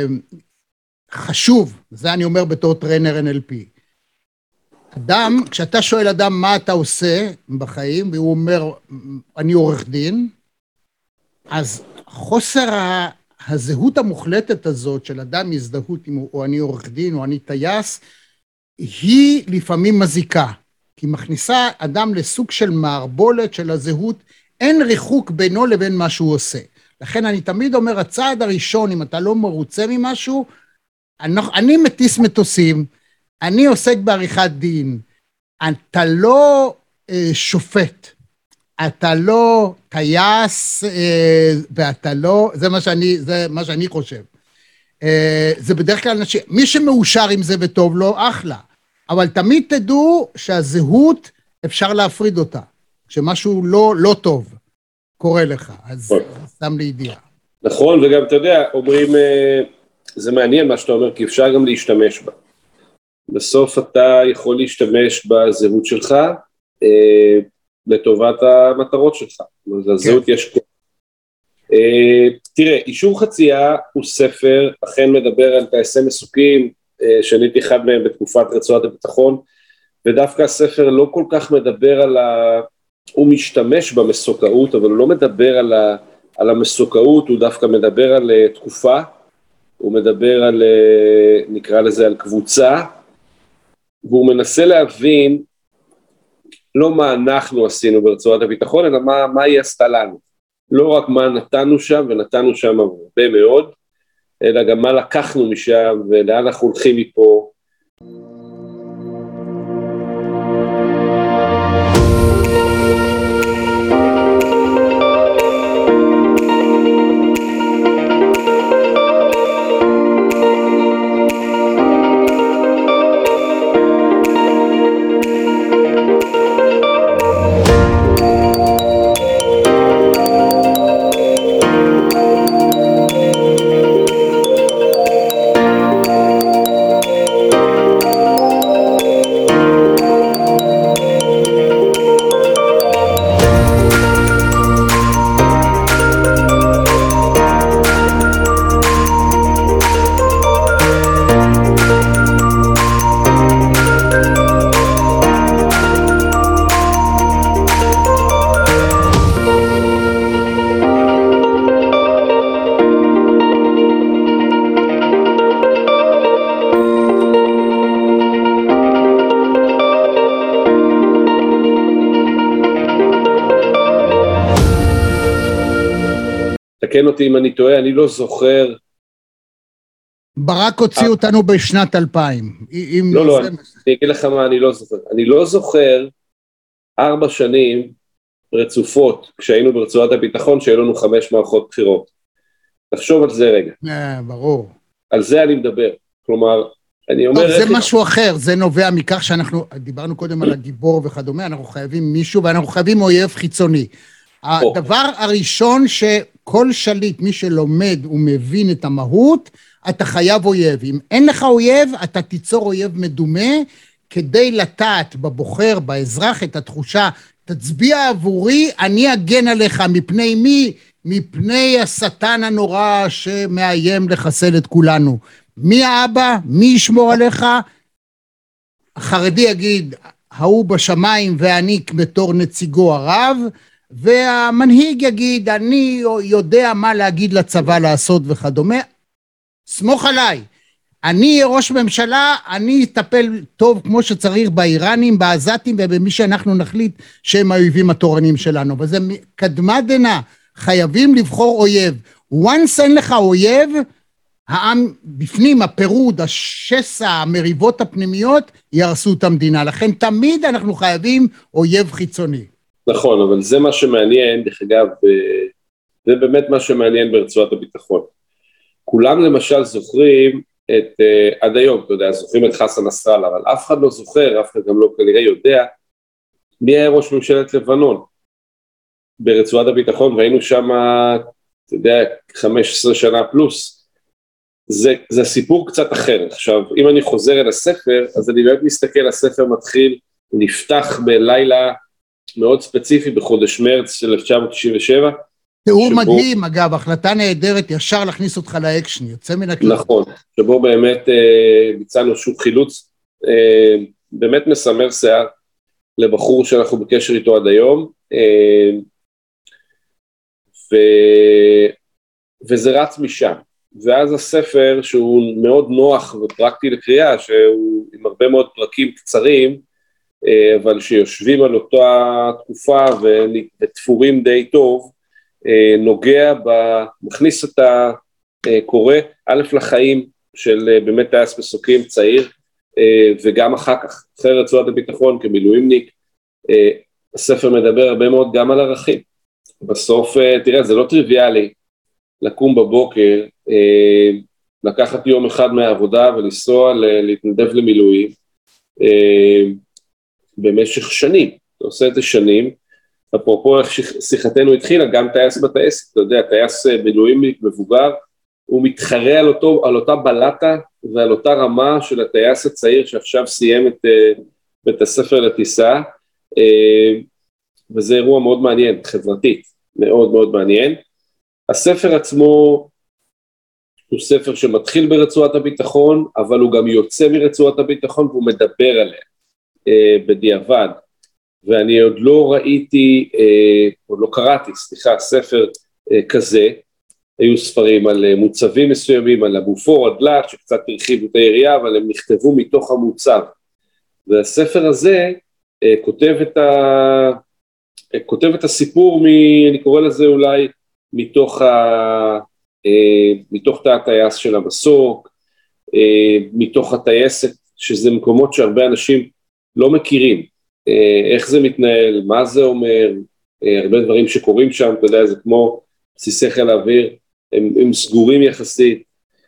Speaker 3: חשוב, זה אני אומר בתור טרנר NLP. אדם, כשאתה שואל אדם מה אתה עושה בחיים, והוא אומר, אני עורך דין, אז חוסר הזהות המוחלטת הזאת של אדם הזדהות, אם הוא אני עורך דין או אני טייס, היא לפעמים מזיקה, כי מכניסה אדם לסוג של מערבולת של הזהות, אין ריחוק בינו לבין מה שהוא עושה. לכן אני תמיד אומר, הצעד הראשון, אם אתה לא מרוצה ממשהו, אני מטיס מטוסים, אני עוסק בעריכת דין, אתה לא שופט, אתה לא טייס, ואתה לא, זה מה שאני חושב. זה בדרך כלל אנשים, מי שמאושר עם זה וטוב לו, אחלה. אבל תמיד תדעו שהזהות אפשר להפריד אותה. כשמשהו לא טוב קורה לך, אז שם לידיעה.
Speaker 7: נכון, וגם אתה יודע, אומרים, זה מעניין מה שאתה אומר, כי אפשר גם להשתמש בה. בסוף אתה יכול להשתמש בזהות שלך, לטובת המטרות שלך. לזהות יש כל. תראה, אישור חצייה הוא ספר, אכן מדבר על טייסי מסוקים, שאני הייתי אחד מהם בתקופת רצועת הביטחון, ודווקא הספר לא כל כך מדבר הוא משתמש במסוקאות, אבל הוא לא מדבר על המסוקאות, הוא דווקא מדבר על תקופה, הוא מדבר על, נקרא לזה, על קבוצה, והוא מנסה להבין, לא מה אנחנו עשינו ברצועת הביטחון, אלא מה היא עשתה לנו. לא רק מה נתנו שם, ונתנו שם הרבה מאוד, אלא גם מה לקחנו משם, ולאן אנחנו הולכים מפה. תקן אותי אם אני טועה, אני לא זוכר.
Speaker 3: ברק הוציא אותנו בשנת 2000.
Speaker 7: לא, אני אגיד לך מה אני לא זוכר. אני לא זוכר 4 שנים רצופות, כשהיינו ברצועת הביטחון, שהיו לנו 5 מערכות בחירות. תחשוב על זה רגע.
Speaker 3: ברור.
Speaker 7: על זה אני מדבר. כלומר, אני אומר...
Speaker 3: טוב, זה משהו אחר, זה נובע מכך שאנחנו, דיברנו קודם על הגיבור וכדומה, אנחנו חייבים מישהו ואנחנו חייבים אויב חיצוני. הדבר הראשון שכל שליט, מי שלומד ומבין את המהות, אתה חייב אויב. אם אין לך אויב, אתה תיצור אויב מדומה, כדי לטעת בבוחר, באזרח, את התחושה, תצביע עבורי, אני אגן עליך, מפני מי? מפני השטן הנורא שמאיים לחסל את כולנו. מי האבא? מי ישמור עליך? החרדי יגיד, ההוא בשמיים ואני בתור נציגו הרב, והמנהיג יגיד, אני יודע מה להגיד לצבא לעשות וכדומה. סמוך עליי. אני אהיה ראש ממשלה, אני אטפל טוב כמו שצריך באיראנים, בעזתים ובמי שאנחנו נחליט שהם האויבים התורנים שלנו. וזה קדמה דנה, חייבים לבחור אויב. once אין לך אויב, העם בפנים, הפירוד, השסע, המריבות הפנימיות, ירסו את המדינה. לכן תמיד אנחנו חייבים אויב חיצוני.
Speaker 7: נכון, אבל זה מה שמעניין, דרך אגב, זה באמת מה שמעניין ברצועת הביטחון. כולם למשל זוכרים עד היום, אתה יודע, זוכרים את חסן נסראללה, אבל אף אחד לא זוכר, אף אחד גם לא כנראה יודע, מי היה ראש ממשלת לבנון ברצועת הביטחון, והיינו שם, אתה יודע, 15 שנה פלוס. זה סיפור קצת אחר. עכשיו, אם אני חוזר אל הספר, אז אני באמת מסתכל, הספר מתחיל, הוא נפתח בלילה מאוד ספציפי, בחודש מרץ של 1997.
Speaker 3: תיאור מדהים, אגב, החלטה נהדרת, ישר להכניס אותך לאקשן, יוצא מן הכלל.
Speaker 7: נכון, שבו באמת ביצענו שוב חילוץ, באמת מסמר שיער לבחור שאנחנו בקשר איתו עד היום, וזה רץ משם. ואז הספר שהוא מאוד נוח ופרקטי לקריאה, שהוא עם הרבה מאוד פרקים קצרים, אבל שיושבים על אותה תקופה ותפורים די טוב, נוגע מכניס את הקורא, א' לחיים של באמת טייס מסוקים צעיר, וגם אחר כך, אחרי רצועת הביטחון כמילואימניק, הספר מדבר הרבה מאוד גם על ערכים. בסוף, תראה, זה לא טריוויאלי לקום בבוקר, לקחת יום אחד מהעבודה ולנסוע להתנדב למילואים, במשך שנים, אתה עושה את זה שנים, אפרופו איך שיחתנו התחילה, גם טייס בטייס, אתה יודע, טייס מילואימניק מבוגר, הוא מתחרה על אותה בלטה ועל אותה רמה של הטייס הצעיר שעכשיו סיים את בית הספר לטיסה, וזה אירוע מאוד מעניין, חברתית, מאוד מאוד מעניין. הספר עצמו הוא ספר שמתחיל ברצועת הביטחון, אבל הוא גם יוצא מרצועת הביטחון והוא מדבר עליה בדיעבד. ואני עוד לא ראיתי, עוד לא קראתי, סליחה, ספר כזה, היו ספרים על מוצבים מסוימים, על הבופור, הדלת, שקצת הרחיבו את היריעה, אבל הם נכתבו מתוך המוצב. והספר הזה כותב את הסיפור, אני קורא לזה אולי, מתוך תא הטייס של המסוק, מתוך הטייסת, שזה מקומות שהרבה אנשים לא מכירים, איך זה מתנהל, מה זה אומר, הרבה דברים שקורים שם, אתה יודע, זה כמו בסיסי חיל האוויר, הם סגורים יחסית,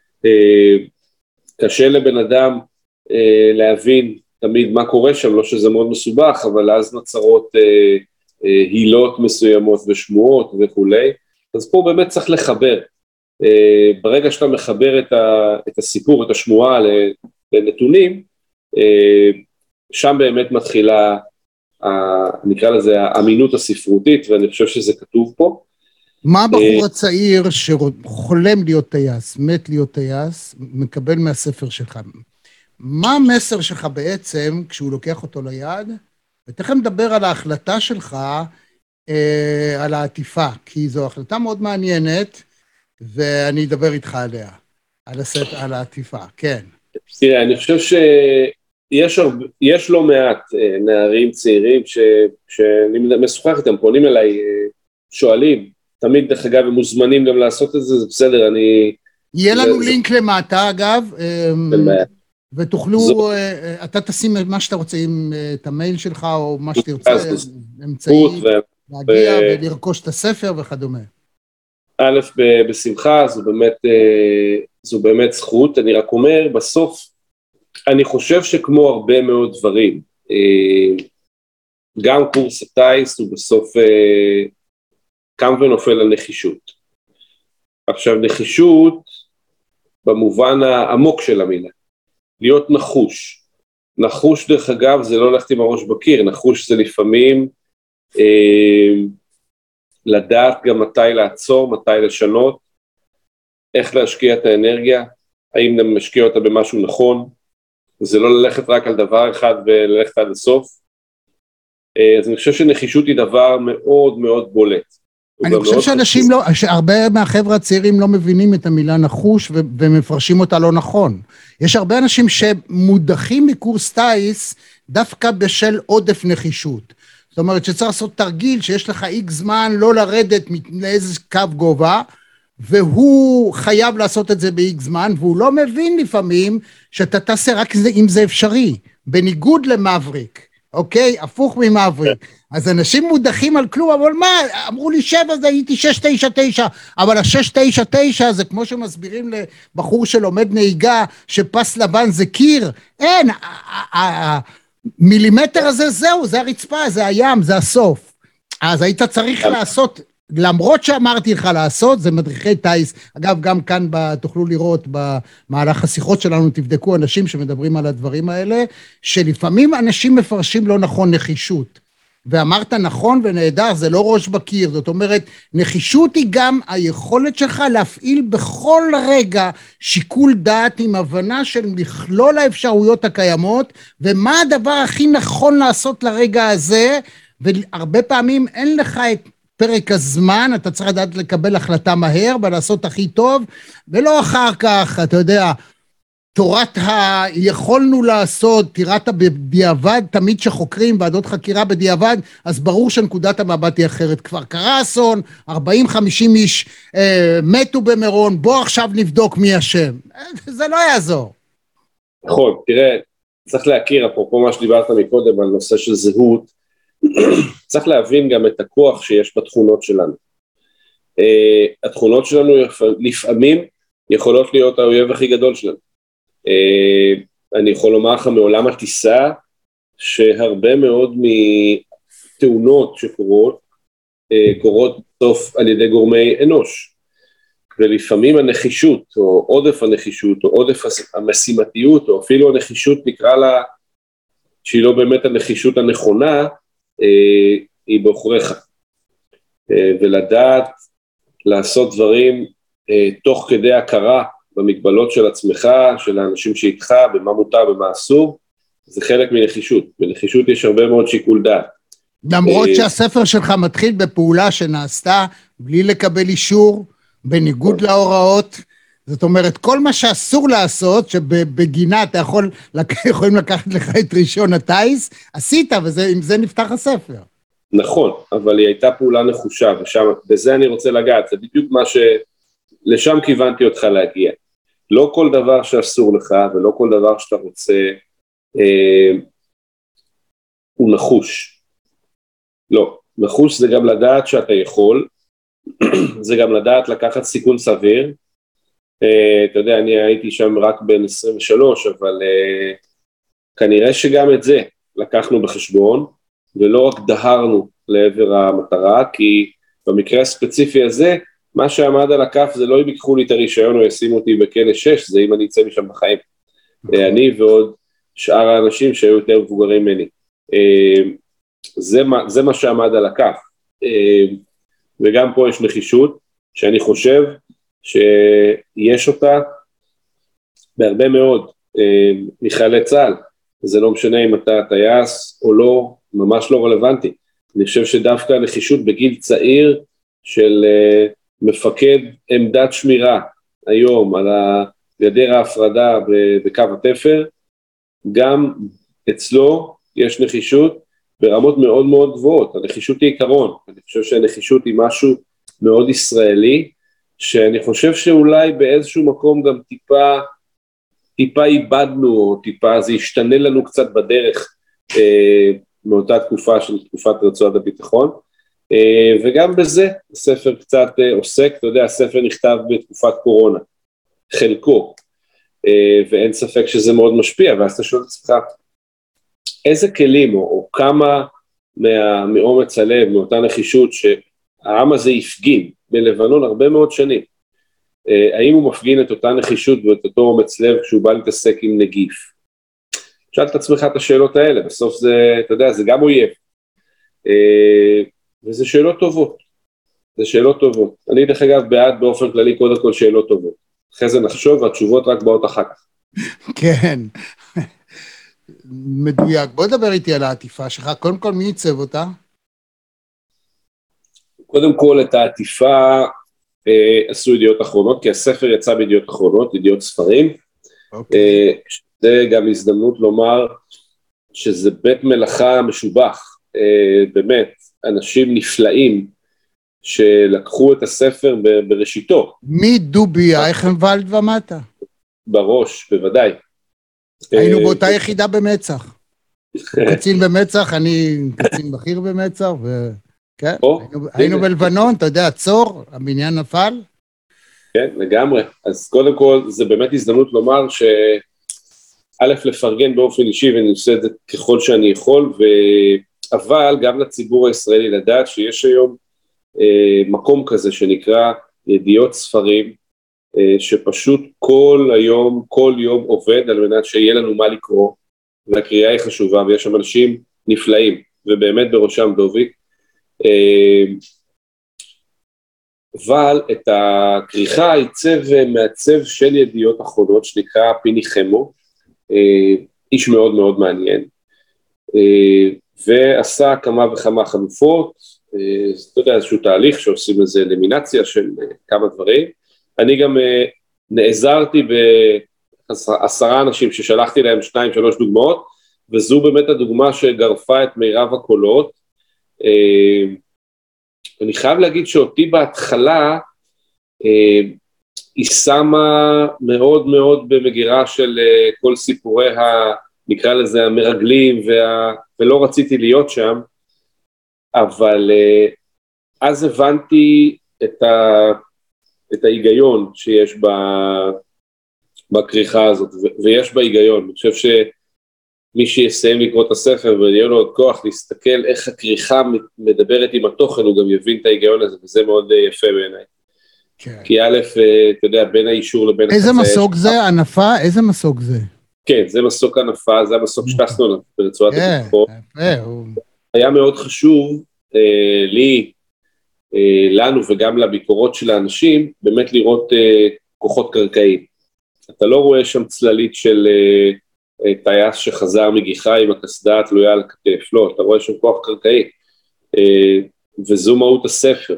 Speaker 7: קשה לבן אדם להבין תמיד מה קורה שם, לא שזה מאוד מסובך, אבל אז נוצרות הילות מסוימות ושמועות וכולי, אז פה באמת צריך לחבר, ברגע שאתה מחבר את הסיפור, את השמועה לנתונים, שם באמת מתחילה, נקרא לזה, האמינות הספרותית, ואני חושב שזה כתוב פה.
Speaker 3: מה הבחור הצעיר שחולם להיות טייס, מת להיות טייס, מקבל מהספר שלך? מה המסר שלך בעצם, כשהוא לוקח אותו ליד? ותכף נדבר על ההחלטה שלך, על העטיפה, כי זו החלטה מאוד מעניינת, ואני אדבר איתך עליה, על העטיפה, כן.
Speaker 7: תראה, אני חושב שיש לא מעט נערים צעירים שאני משוחח איתם, פונים אליי, שואלים, תמיד דרך אגב הם מוזמנים גם לעשות את זה, זה בסדר,
Speaker 3: יהיה לנו לינק למטה אגב, ותוכלו, אתה תשים מה שאתה רוצה, את המייל שלך או מה שתרצה, אמצעי להגיע ולרכוש את הספר וכדומה.
Speaker 7: א', בשמחה, זו באמת זכות, אני רק אומר, בסוף אני חושב שכמו הרבה מאוד דברים, גם קורס הטייס הוא בסוף קם ונופל על נחישות. עכשיו נחישות במובן העמוק של המילה, להיות נחוש. נחוש דרך אגב זה לא ללכת עם הראש בקיר, נחוש זה לפעמים לדעת גם מתי לעצור, מתי לשנות, איך להשקיע את האנרגיה, האם אתה משקיע אותה במשהו נכון, זה לא ללכת רק על דבר אחד וללכת עד הסוף. אז אני חושב שנחישות היא דבר מאוד מאוד בולט.
Speaker 3: אני חושב שאנשים לא, שהרבה מהחבר'ה הצעירים לא מבינים את המילה נחוש ומפרשים אותה לא נכון. יש הרבה אנשים שמודחים מקורס טייס דווקא בשל עודף נחישות. זאת אומרת שצריך לעשות תרגיל שיש לך איקס זמן לא לרדת לאיזה קו גובה, והוא חייב לעשות את זה באיקס זמן, והוא לא מבין לפעמים שאתה תעשה רק אם זה אפשרי, בניגוד למבריק. אוקיי? הפוך ממבריק. אז אנשים מודחים על כלום, אבל מה? אמרו לי 7, זה הייתי 699, אבל ה-699 זה כמו שמסבירים לבחור שלומד נהיגה, שפס לבן זה קיר. אין, המילימטר הזה זהו, זה הרצפה, זה הים, זה הסוף. אז היית צריך לעשות, למרות שאמרתי לך לעשות, זה מדריכי טייס. אגב, גם כאן תוכלו לראות במהלך השיחות שלנו, תבדקו אנשים שמדברים על הדברים האלה, שלפעמים אנשים מפרשים לא נכון נחישות. ואמרת נכון ונהדר, זה לא ראש בקיר. זאת אומרת, נחישות היא גם היכולת שלך להפעיל בכל רגע שיקול דעת עם הבנה של מכלול האפשרויות הקיימות, ומה הדבר הכי נכון לעשות לרגע הזה, והרבה פעמים אין לך את פרק הזמן, אתה צריך לדעת לקבל החלטה מהר ולעשות הכי טוב, ולא אחר כך, אתה יודע, תורת יכולנו לעשות, תירת בדיעבד, תמיד שחוקרים ועדות חקירה בדיעבד, אז ברור שנקודת המבט היא אחרת. כבר קרה אסון, 40-50 איש מתו במירון, בוא עכשיו נבדוק מי אשם. זה לא יעזור.
Speaker 7: נכון, תראה, צריך להכיר, אפרופו מה שדיברת מקודם על נושא של זהות, צריך להבין גם את הכוח שיש בתכונות שלנו. התכונות שלנו לפעמים יכולות להיות האויב הכי גדול שלנו. אני יכול לומר לך מעולם הטיסה, שהרבה מאוד מתאונות שקורות, קורות בסוף על ידי גורמי אנוש. ולפעמים הנחישות, או עודף הנחישות, או עודף המשימתיות, או אפילו הנחישות נקרא לה, שהיא לא באמת הנחישות הנכונה, היא באחוריך. ולדעת לעשות דברים תוך כדי הכרה במגבלות של עצמך, של האנשים שאיתך, במה מותר, במה אסור, זה חלק מנחישות. בנחישות יש הרבה מאוד שיקול דעת.
Speaker 3: למרות שהספר שלך מתחיל בפעולה שנעשתה בלי לקבל אישור, בניגוד להוראות, זאת אומרת, כל מה שאסור לעשות, שבגינה אתה יכולים לקחת לך את ראשון הטייס, עשית, ועם זה נפתח הספר.
Speaker 7: נכון, אבל היא הייתה פעולה נחושה, בזה אני רוצה לגעת, זה בדיוק מה לשם כיוונתי אותך להגיע. לא כל דבר שאסור לך, ולא כל דבר שאתה רוצה, הוא נחוש. לא, נחוש זה גם לדעת שאתה יכול, זה גם לדעת לקחת סיכון סביר, אתה יודע, אני הייתי שם רק בין 23, אבל כנראה שגם את זה לקחנו בחשבון, ולא רק דהרנו לעבר המטרה, כי במקרה הספציפי הזה, מה שעמד על הכף זה לא אם ייקחו לי את הרישיון או ישימו אותי בכלא 6, זה אם אני אצא משם בחיים. אני ועוד שאר האנשים שהיו יותר מבוגרים ממני. זה מה שעמד על הכף. וגם פה יש נחישות, שאני חושב שיש אותה בהרבה מאוד מחיילי צה"ל. זה לא משנה אם אתה טייס או לא, ממש לא רלוונטי. אני חושב שדווקא הנחישות בגיל צעיר של מפקד עמדת שמירה היום על גדר ההפרדה בקו התפר, גם אצלו יש נחישות ברמות מאוד מאוד גבוהות. הנחישות היא עיקרון, אני חושב שהנחישות היא משהו מאוד ישראלי, שאני חושב שאולי באיזשהו מקום גם טיפה איבדנו, או טיפה זה ישתנה לנו קצת בדרך מאותה תקופה של תקופת רצועת הביטחון, וגם בזה הספר קצת עוסק, אתה יודע, הספר נכתב בתקופת קורונה, חלקו, ואין ספק שזה מאוד משפיע, ואז אתה שואל את עצמך, איזה כלים או כמה מאומץ הלב, מאותה נחישות שהעם הזה יפגין בלבנון הרבה מאוד שנים, האם הוא מפגין את אותה נחישות ואת אותו אומץ לב כשהוא בא להתעסק עם נגיף? שאל את עצמך את השאלות האלה, בסוף זה, אתה יודע, זה גם אויב, וזה שאלות טובות, זה שאלות טובות. אני דרך אגב בעד באופן כללי קודם כל שאלות טובות, אחרי זה נחשוב והתשובות רק באות אחר כך. כן.
Speaker 3: מדויק. בוא נדבר איתי על העטיפה שלך. קודם כל, מי ייצב אותה?
Speaker 7: קודם כל, את העטיפה עשו ידיעות אחרונות, כי הספר יצא בידיעות אחרונות, ידיעות ספרים. זה גם הזדמנות לומר שזה בית מלאכה משובח. באמת, אנשים נפלאים שלקחו את הספר בראשיתו.
Speaker 3: מדובי אייכנוולד ומטה.
Speaker 7: בראש, בוודאי.
Speaker 3: היינו באותה יחידה במצח. קצין במצח, אני קצין בכיר במצח, וכן, היינו בלבנון, אתה יודע, צור, הבניין נפל.
Speaker 7: כן, לגמרי. אז קודם כל, זה באמת הזדמנות לומר שא' לפרגן באופן אישי, ואני עושה את זה ככל שאני יכול, אבל גם לציבור הישראלי לדעת שיש היום מקום כזה שנקרא ידיעות ספרים, שפשוט כל יום עובד על מנת שיהיה לנו מה לקרוא, והקריאה היא חשובה, ויש שם אנשים נפלאים, ובאמת בראשם דובי, אבל את הכריכה עיצב מעצב של ידיעות אחרונות, שנקרא פיני חמו, איש מאוד מאוד מעניין, ועשה כמה וכמה חלופות, אתה יודע, איזשהו תהליך שעושים איזה אלמינציה של כמה דברים, אני גם נעזרתי ב10 אנשים ששלחתי להם 2-3 דוגמאות, וזו באמת הדוגמה שגרפה את מירב הקולות. אני חייב להגיד שאותי בהתחלה, היא שמה מאוד מאוד במגירה של כל סיפורי נקרא לזה המרגלים, ולא רציתי להיות שם, אבל אז הבנתי את ההיגיון שיש בכריכה הזאת, ויש בה היגיון. אני חושב שמי שיסיים לקרוא את הספר ויהיה לו עוד כוח להסתכל איך הכריכה מדברת עם התוכן, הוא גם יבין את ההיגיון הזה, וזה מאוד יפה בעיניי. כן. כי א', אתה יודע, בין האישור לבין
Speaker 3: החצאי... איזה מסוק זה? ענפה? איזה מסוק זה?
Speaker 7: כן, זה מסוק ענפה, זה המסוק שטסנו עליו ברצועת הביטחון. היה מאוד חשוב לי, לנו וגם לביקורות של האנשים, באמת לראות כוחות קרקעיים. אתה לא רואה שם צללית של טייס שחזר מגיחה עם הקסדה תלויה על הכתף, לא, אתה רואה שם כוח קרקעי, וזו מהות הספר.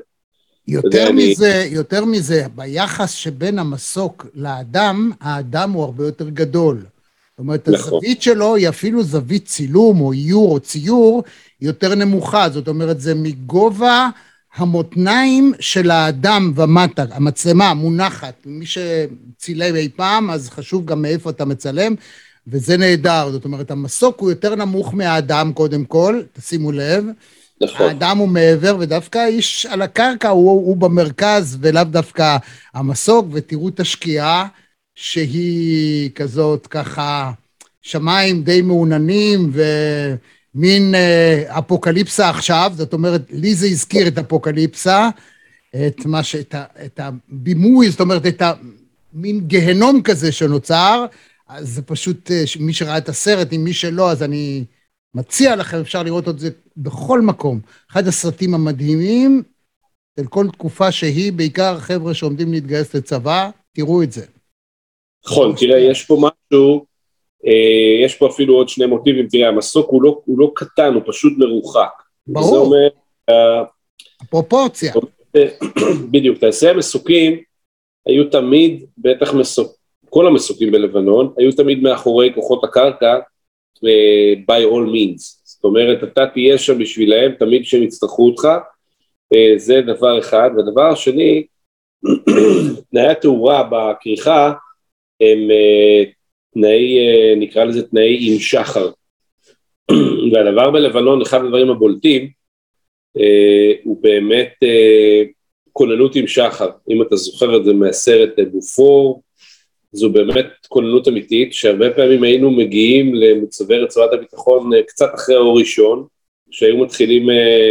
Speaker 3: יותר מזה, ביחס שבין המסוק לאדם, האדם הוא הרבה יותר גדול. זאת אומרת, הזווית שלו היא אפילו זווית צילום או איור או ציור יותר נמוכה, זאת אומרת, זה מגובה המותניים של האדם ומטה, המצלמה מונחת, מי שצילם אי פעם, אז חשוב גם מאיפה אתה מצלם, וזה נהדר, זאת אומרת, המסוק הוא יותר נמוך מהאדם קודם כל, תשימו לב, נכון. האדם הוא מעבר, ודווקא האיש על הקרקע הוא במרכז, ולאו דווקא המסוק, ותראו את השקיעה, שהיא כזאת ככה, שמיים די מעוננים, מין אפוקליפסה עכשיו, זאת אומרת, לי זה הזכיר את אפוקליפסה, את הבימוי, זאת אומרת, את המין גהנום כזה שנוצר, אז זה פשוט, מי שראה את הסרט, אם מי שלא, אז אני מציע לכם, אפשר לראות את זה בכל מקום. אחד הסרטים המדהימים, של כל תקופה שהיא, בעיקר חבר'ה שעומדים להתגייס לצבא, תראו את זה.
Speaker 7: נכון, תראה, יש פה משהו, יש פה אפילו עוד 2 מוטיבים, תראה, המסוק הוא לא קטן, הוא פשוט מרוחק.
Speaker 3: ברור.
Speaker 7: זה אומר...
Speaker 3: הפרופורציה.
Speaker 7: בדיוק, תעשי המסוקים, היו תמיד, בטח כל המסוקים בלבנון, היו תמיד מאחורי כוחות הקרקע, by all means. זאת אומרת, אתה תהיה שם בשבילהם, תמיד שהם יצטרכו אותך, זה דבר אחד. והדבר השני, תנאי התאורה בכריכה, הם תנאי, נקרא לזה תנאי עם שחר. והדבר בלבנון, אחד הדברים הבולטים, הוא באמת כוננות עם שחר. אם אתה זוכר את זה מהסרט בופור, זו באמת כוננות אמיתית, שהרבה פעמים היינו מגיעים למצבי רצועת הביטחון קצת אחרי האור ראשון, שהיו מתחילים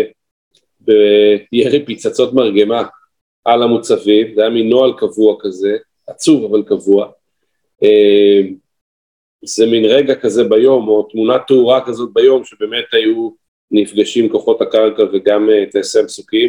Speaker 7: בירי פצצות מרגמה על המוצבים, זה היה מנוהל קבוע כזה, עצוב אבל קבוע, זה מין רגע כזה ביום, או תמונת תאורה כזאת ביום, שבאמת היו נפגשים כוחות הקרקע וגם טייסי מסוקים,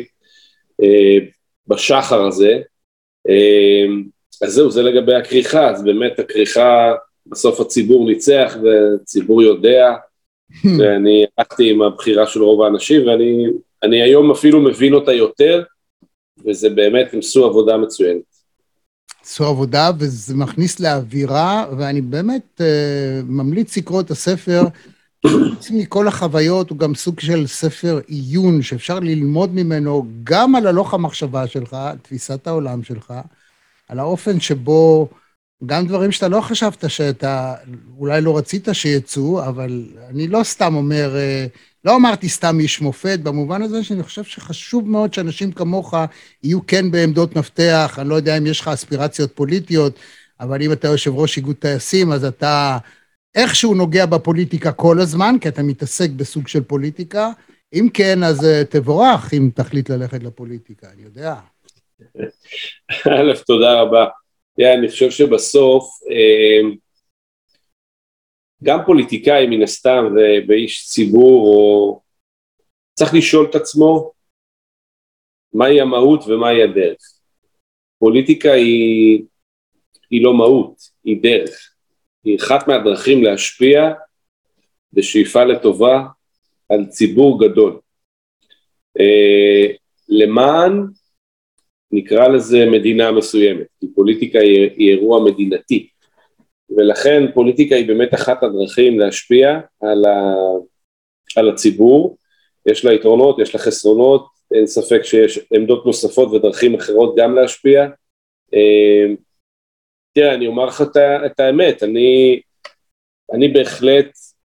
Speaker 7: בשחר הזה, אז זהו, זה לגבי הכריכה, אז באמת הכריכה, בסוף הציבור ניצח, והציבור יודע, ואני הלכתי עם הבחירה של רוב האנשים, ואני היום אפילו מבין אותה יותר, וזה באמת, הם עשו עבודה מצוינת.
Speaker 3: עשו עבודה, וזה מכניס לאווירה, ואני באמת ממליץ לקרוא את הספר, מכל החוויות הוא גם סוג של ספר עיון, שאפשר ללמוד ממנו גם על הלוך המחשבה שלך, תפיסת העולם שלך, על האופן שבו גם דברים שאתה לא חשבת שאתה אולי לא רצית שיצאו, אבל אני לא סתם אומר, לא אמרתי סתם איש מופת, במובן הזה שאני חושב שחשוב מאוד שאנשים כמוך יהיו כן בעמדות מפתח, אני לא יודע אם יש לך אספירציות פוליטיות, אבל אם אתה יושב ראש איגוד טייסים, אז אתה איכשהו נוגע בפוליטיקה כל הזמן, כי אתה מתעסק בסוג של פוליטיקה, אם כן, אז תבורך אם תחליט ללכת לפוליטיקה, אני יודע.
Speaker 7: א', תודה רבה. אני חושב שבסוף, גם פוליטיקאי מן הסתם ואיש ציבור, או צריך לשאול את עצמו מהי המהות ומהי הדרך. פוליטיקה היא לא מהות, היא דרך. היא אחת מהדרכים להשפיע בשאיפה לטובה על ציבור גדול. למען נקרא לזה מדינה מסוימת, כי פוליטיקה היא אירוע מדינתי, ולכן פוליטיקה היא באמת אחת הדרכים להשפיע על הציבור, יש לה יתרונות, יש לה חסרונות, אין ספק שיש עמדות נוספות ודרכים אחרות גם להשפיע. תראה, אני אומר לך את האמת, אני בהחלט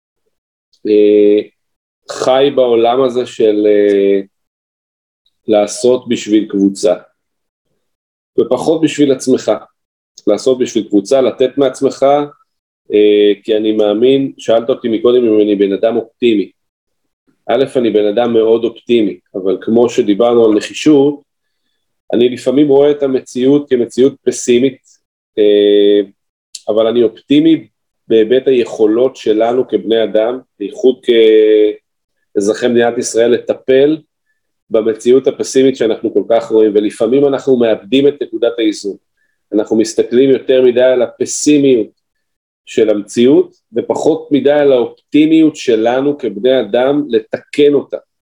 Speaker 7: חי בעולם הזה של לעשות בשביל קבוצה, ופחות בשביל עצמך, לעשות בשביל קבוצה, לתת מעצמך, כי אני מאמין, שאלת אותי מקודם אם אני בן אדם אופטימי, א', אני בן אדם מאוד אופטימי, אבל כמו שדיברנו על נחישות, אני לפעמים רואה את המציאות כמציאות פסימית, אבל אני אופטימי בהיבט היכולות שלנו כבני אדם, בייחוד כאזרחי מדינת ישראל, לטפל במציאות הפסימית שאנחנו כל כך רואים, ולפעמים אנחנו מאבדים את נקודת האיזון. אנחנו מסתכלים יותר מדי על הפסימיות של המציאות, ופחות מדי על האופטימיות שלנו כבני אדם לתקן אותה.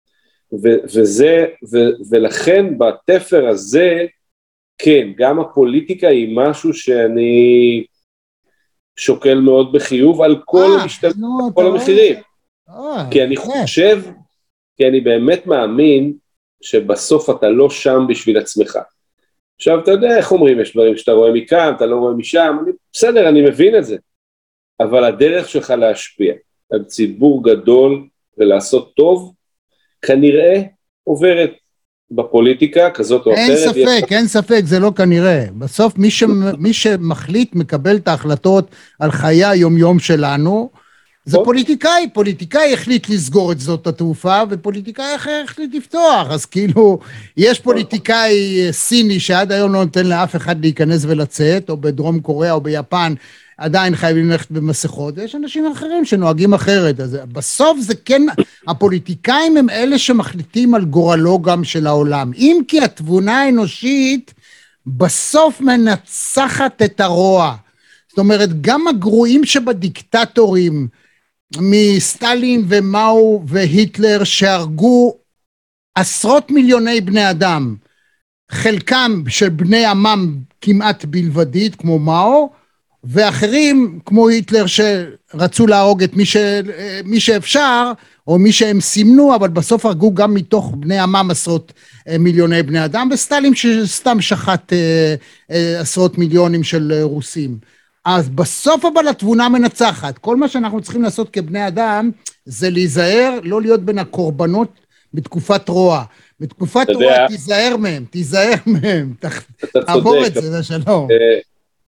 Speaker 7: ולכן בתפר הזה, כן, גם הפוליטיקה היא משהו שאני שוקל מאוד בחיוב על כל המשתלמות, כל המחירים. כי אני חושב, כי אני באמת מאמין שבסוף אתה לא שם בשביל עצמך. עכשיו אתה יודע איך אומרים, יש דברים שאתה רואה מכאן, אתה לא רואה משם, בסדר, אני מבין את זה. אבל הדרך שלך להשפיע על ציבור גדול ולעשות טוב, כנראה עוברת בפוליטיקה כזאת או אחרת.
Speaker 3: אין ספק, זה לא כנראה. בסוף מי שמחליט מקבל את ההחלטות על חיי היום-יום שלנו, זה פוליטיקאי החליט לסגור את זאת התעופה, ופוליטיקאי אחר החליט לפתוח, אז כאילו, יש פוליטיקאי סיני שעד היום לא נותן לאף אחד להיכנס ולצאת, או בדרום קוריאה או ביפן, עדיין חייבים ללכת במסכות, ויש אנשים אחרים שנוהגים אחרת, אז בסוף זה כן, הפוליטיקאים הם אלה שמחליטים על גורלו גם של העולם, אם כי התבונה האנושית בסוף מנצחת את הרוע, זאת אומרת, גם הגרועים שבדיקטטורים, מסטלין ומאו והיטלר שהרגו עשרות מיליוני בני אדם, חלקם של בני עמם כמעט בלבדית כמו מאו, ואחרים כמו היטלר שרצו להרוג את מי שאפשר, או מי שהם סימנו, אבל בסוף הרגו גם מתוך בני עמם עשרות מיליוני בני אדם, וסטלין שסתם שחט עשרות מיליונים של רוסים. אז בסוף אבל התבונה מנצחת, כל מה שאנחנו צריכים לעשות כבני אדם, זה להיזהר, לא להיות בין הקורבנות בתקופת רוע. בתקופת רוע תיזהר מהם, תעבור את זה, זה שלום.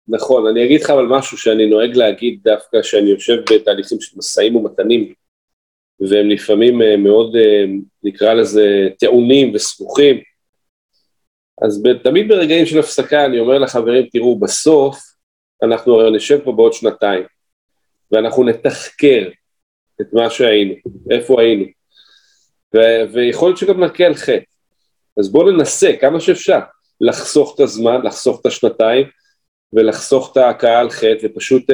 Speaker 7: נכון, אני אגיד לך אבל משהו שאני נוהג להגיד דווקא שאני יושב בתהליכים של מסעים ומתנים, והם לפעמים מאוד, נקרא לזה, טעונים וסבוכים, אז תמיד ברגעים של הפסקה אני אומר לחברים, תראו, בסוף אנחנו הרי נשב פה בעוד 2 ואנחנו נתחקר את מה שהיינו, איפה היינו, ויכול להיות שגם נקה על חטא, אז בואו ננסה כמה שאפשר, לחסוך את הזמן, לחסוך את 2 ולחסוך את ההקעה על חטא, ופשוט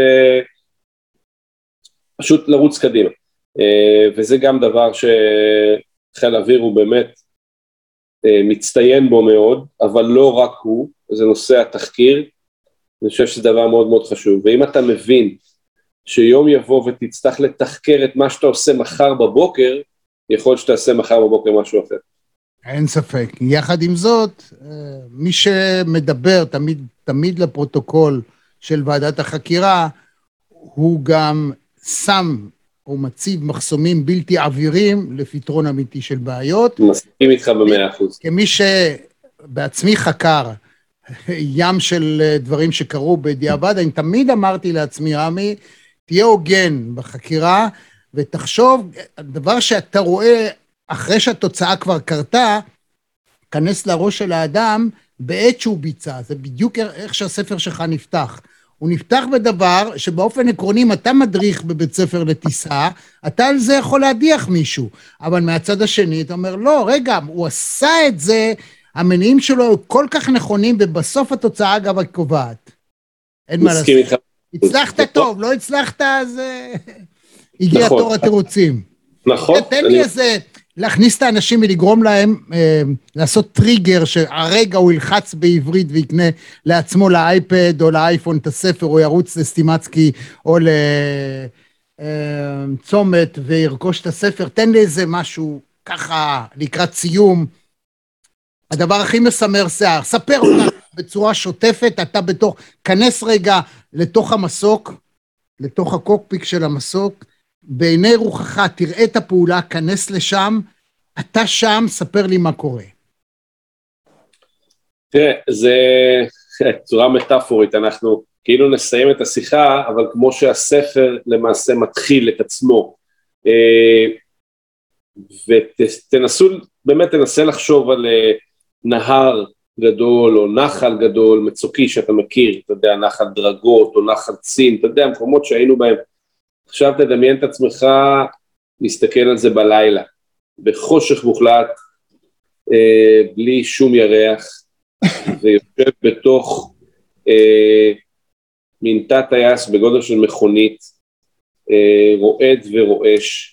Speaker 7: פשוט לרוץ קדימה. וזה גם דבר שחיל האוויר הוא באמת מצטיין בו מאוד, אבל לא רק הוא, זה נושא התחקיר, אני חושב שזה דבר מאוד מאוד חשוב, ואם אתה מבין שיום יבוא ותצטרך לתחקר את מה שאתה עושה מחר בבוקר, יכול להיות שתעשה מחר בבוקר משהו אחר.
Speaker 3: אין ספק. יחד עם זאת, מי שמדבר תמיד לפרוטוקול של ועדת החקירה, הוא גם שם או מציב מחסומים בלתי עבירים לפתרון אמיתי של בעיות.
Speaker 7: מסכים איתך ב100%.
Speaker 3: כמי שבעצמי חקר ים של דברים שקרו בדיעבד, אני תמיד אמרתי לעצמי, רמי, תהיה הוגן בחקירה, ותחשוב, הדבר שאתה רואה אחרי שהתוצאה כבר קרתה, כנס לראש של האדם בעת שהוא ביצע, זה בדיוק איך שהספר שלך נפתח. הוא נפתח בדבר שבאופן עקרוני, אם אתה מדריך בבית ספר לטיסה, אתה על זה יכול להדיח מישהו, אבל מהצד השני אתה אומר, לא, רגע, הוא עשה את זה, המניעים שלו כל כך נכונים, ובסוף התוצאה אגב הקובעת. אין מה לעשות. הצלחת טוב, לא הצלחת, אז הגיע תור התירוצים.
Speaker 7: נכון.
Speaker 3: תן לי איזה, להכניס את האנשים ולגרום להם לעשות טריגר שהרגע הוא ילחץ בעברית ויקנה לעצמו לאייפד או לאייפון את הספר, או ירוץ לסטימצקי או לצומת וירכוש את הספר. תן לי איזה משהו ככה לקראת סיום. הדבר הכי מסמר שיער, ספר אותה בצורה שוטפת, אתה כנס רגע לתוך המסוק, לתוך הקוקפיק של המסוק, בעיני רוחך תראה את הפעולה, כנס לשם, אתה שם, ספר לי מה קורה.
Speaker 7: תראה, זה צורה מטאפורית, אנחנו כאילו נסיים את השיחה, אבל כמו שהספר למעשה מתחיל את עצמו, ותנסו, באמת תנסה לחשוב על נהר גדול או נחל גדול, מצוקי שאתה מכיר, אתה יודע, נחל דרגות או נחל צין, אתה יודע, מקומות שהיינו בהם, עכשיו תדמיין את עצמך, להסתכל על זה בלילה, בחושך מוחלט, בלי שום ירח, ויושב בתוך מינטה טייס בגודל של מכונית, רועד ורועש,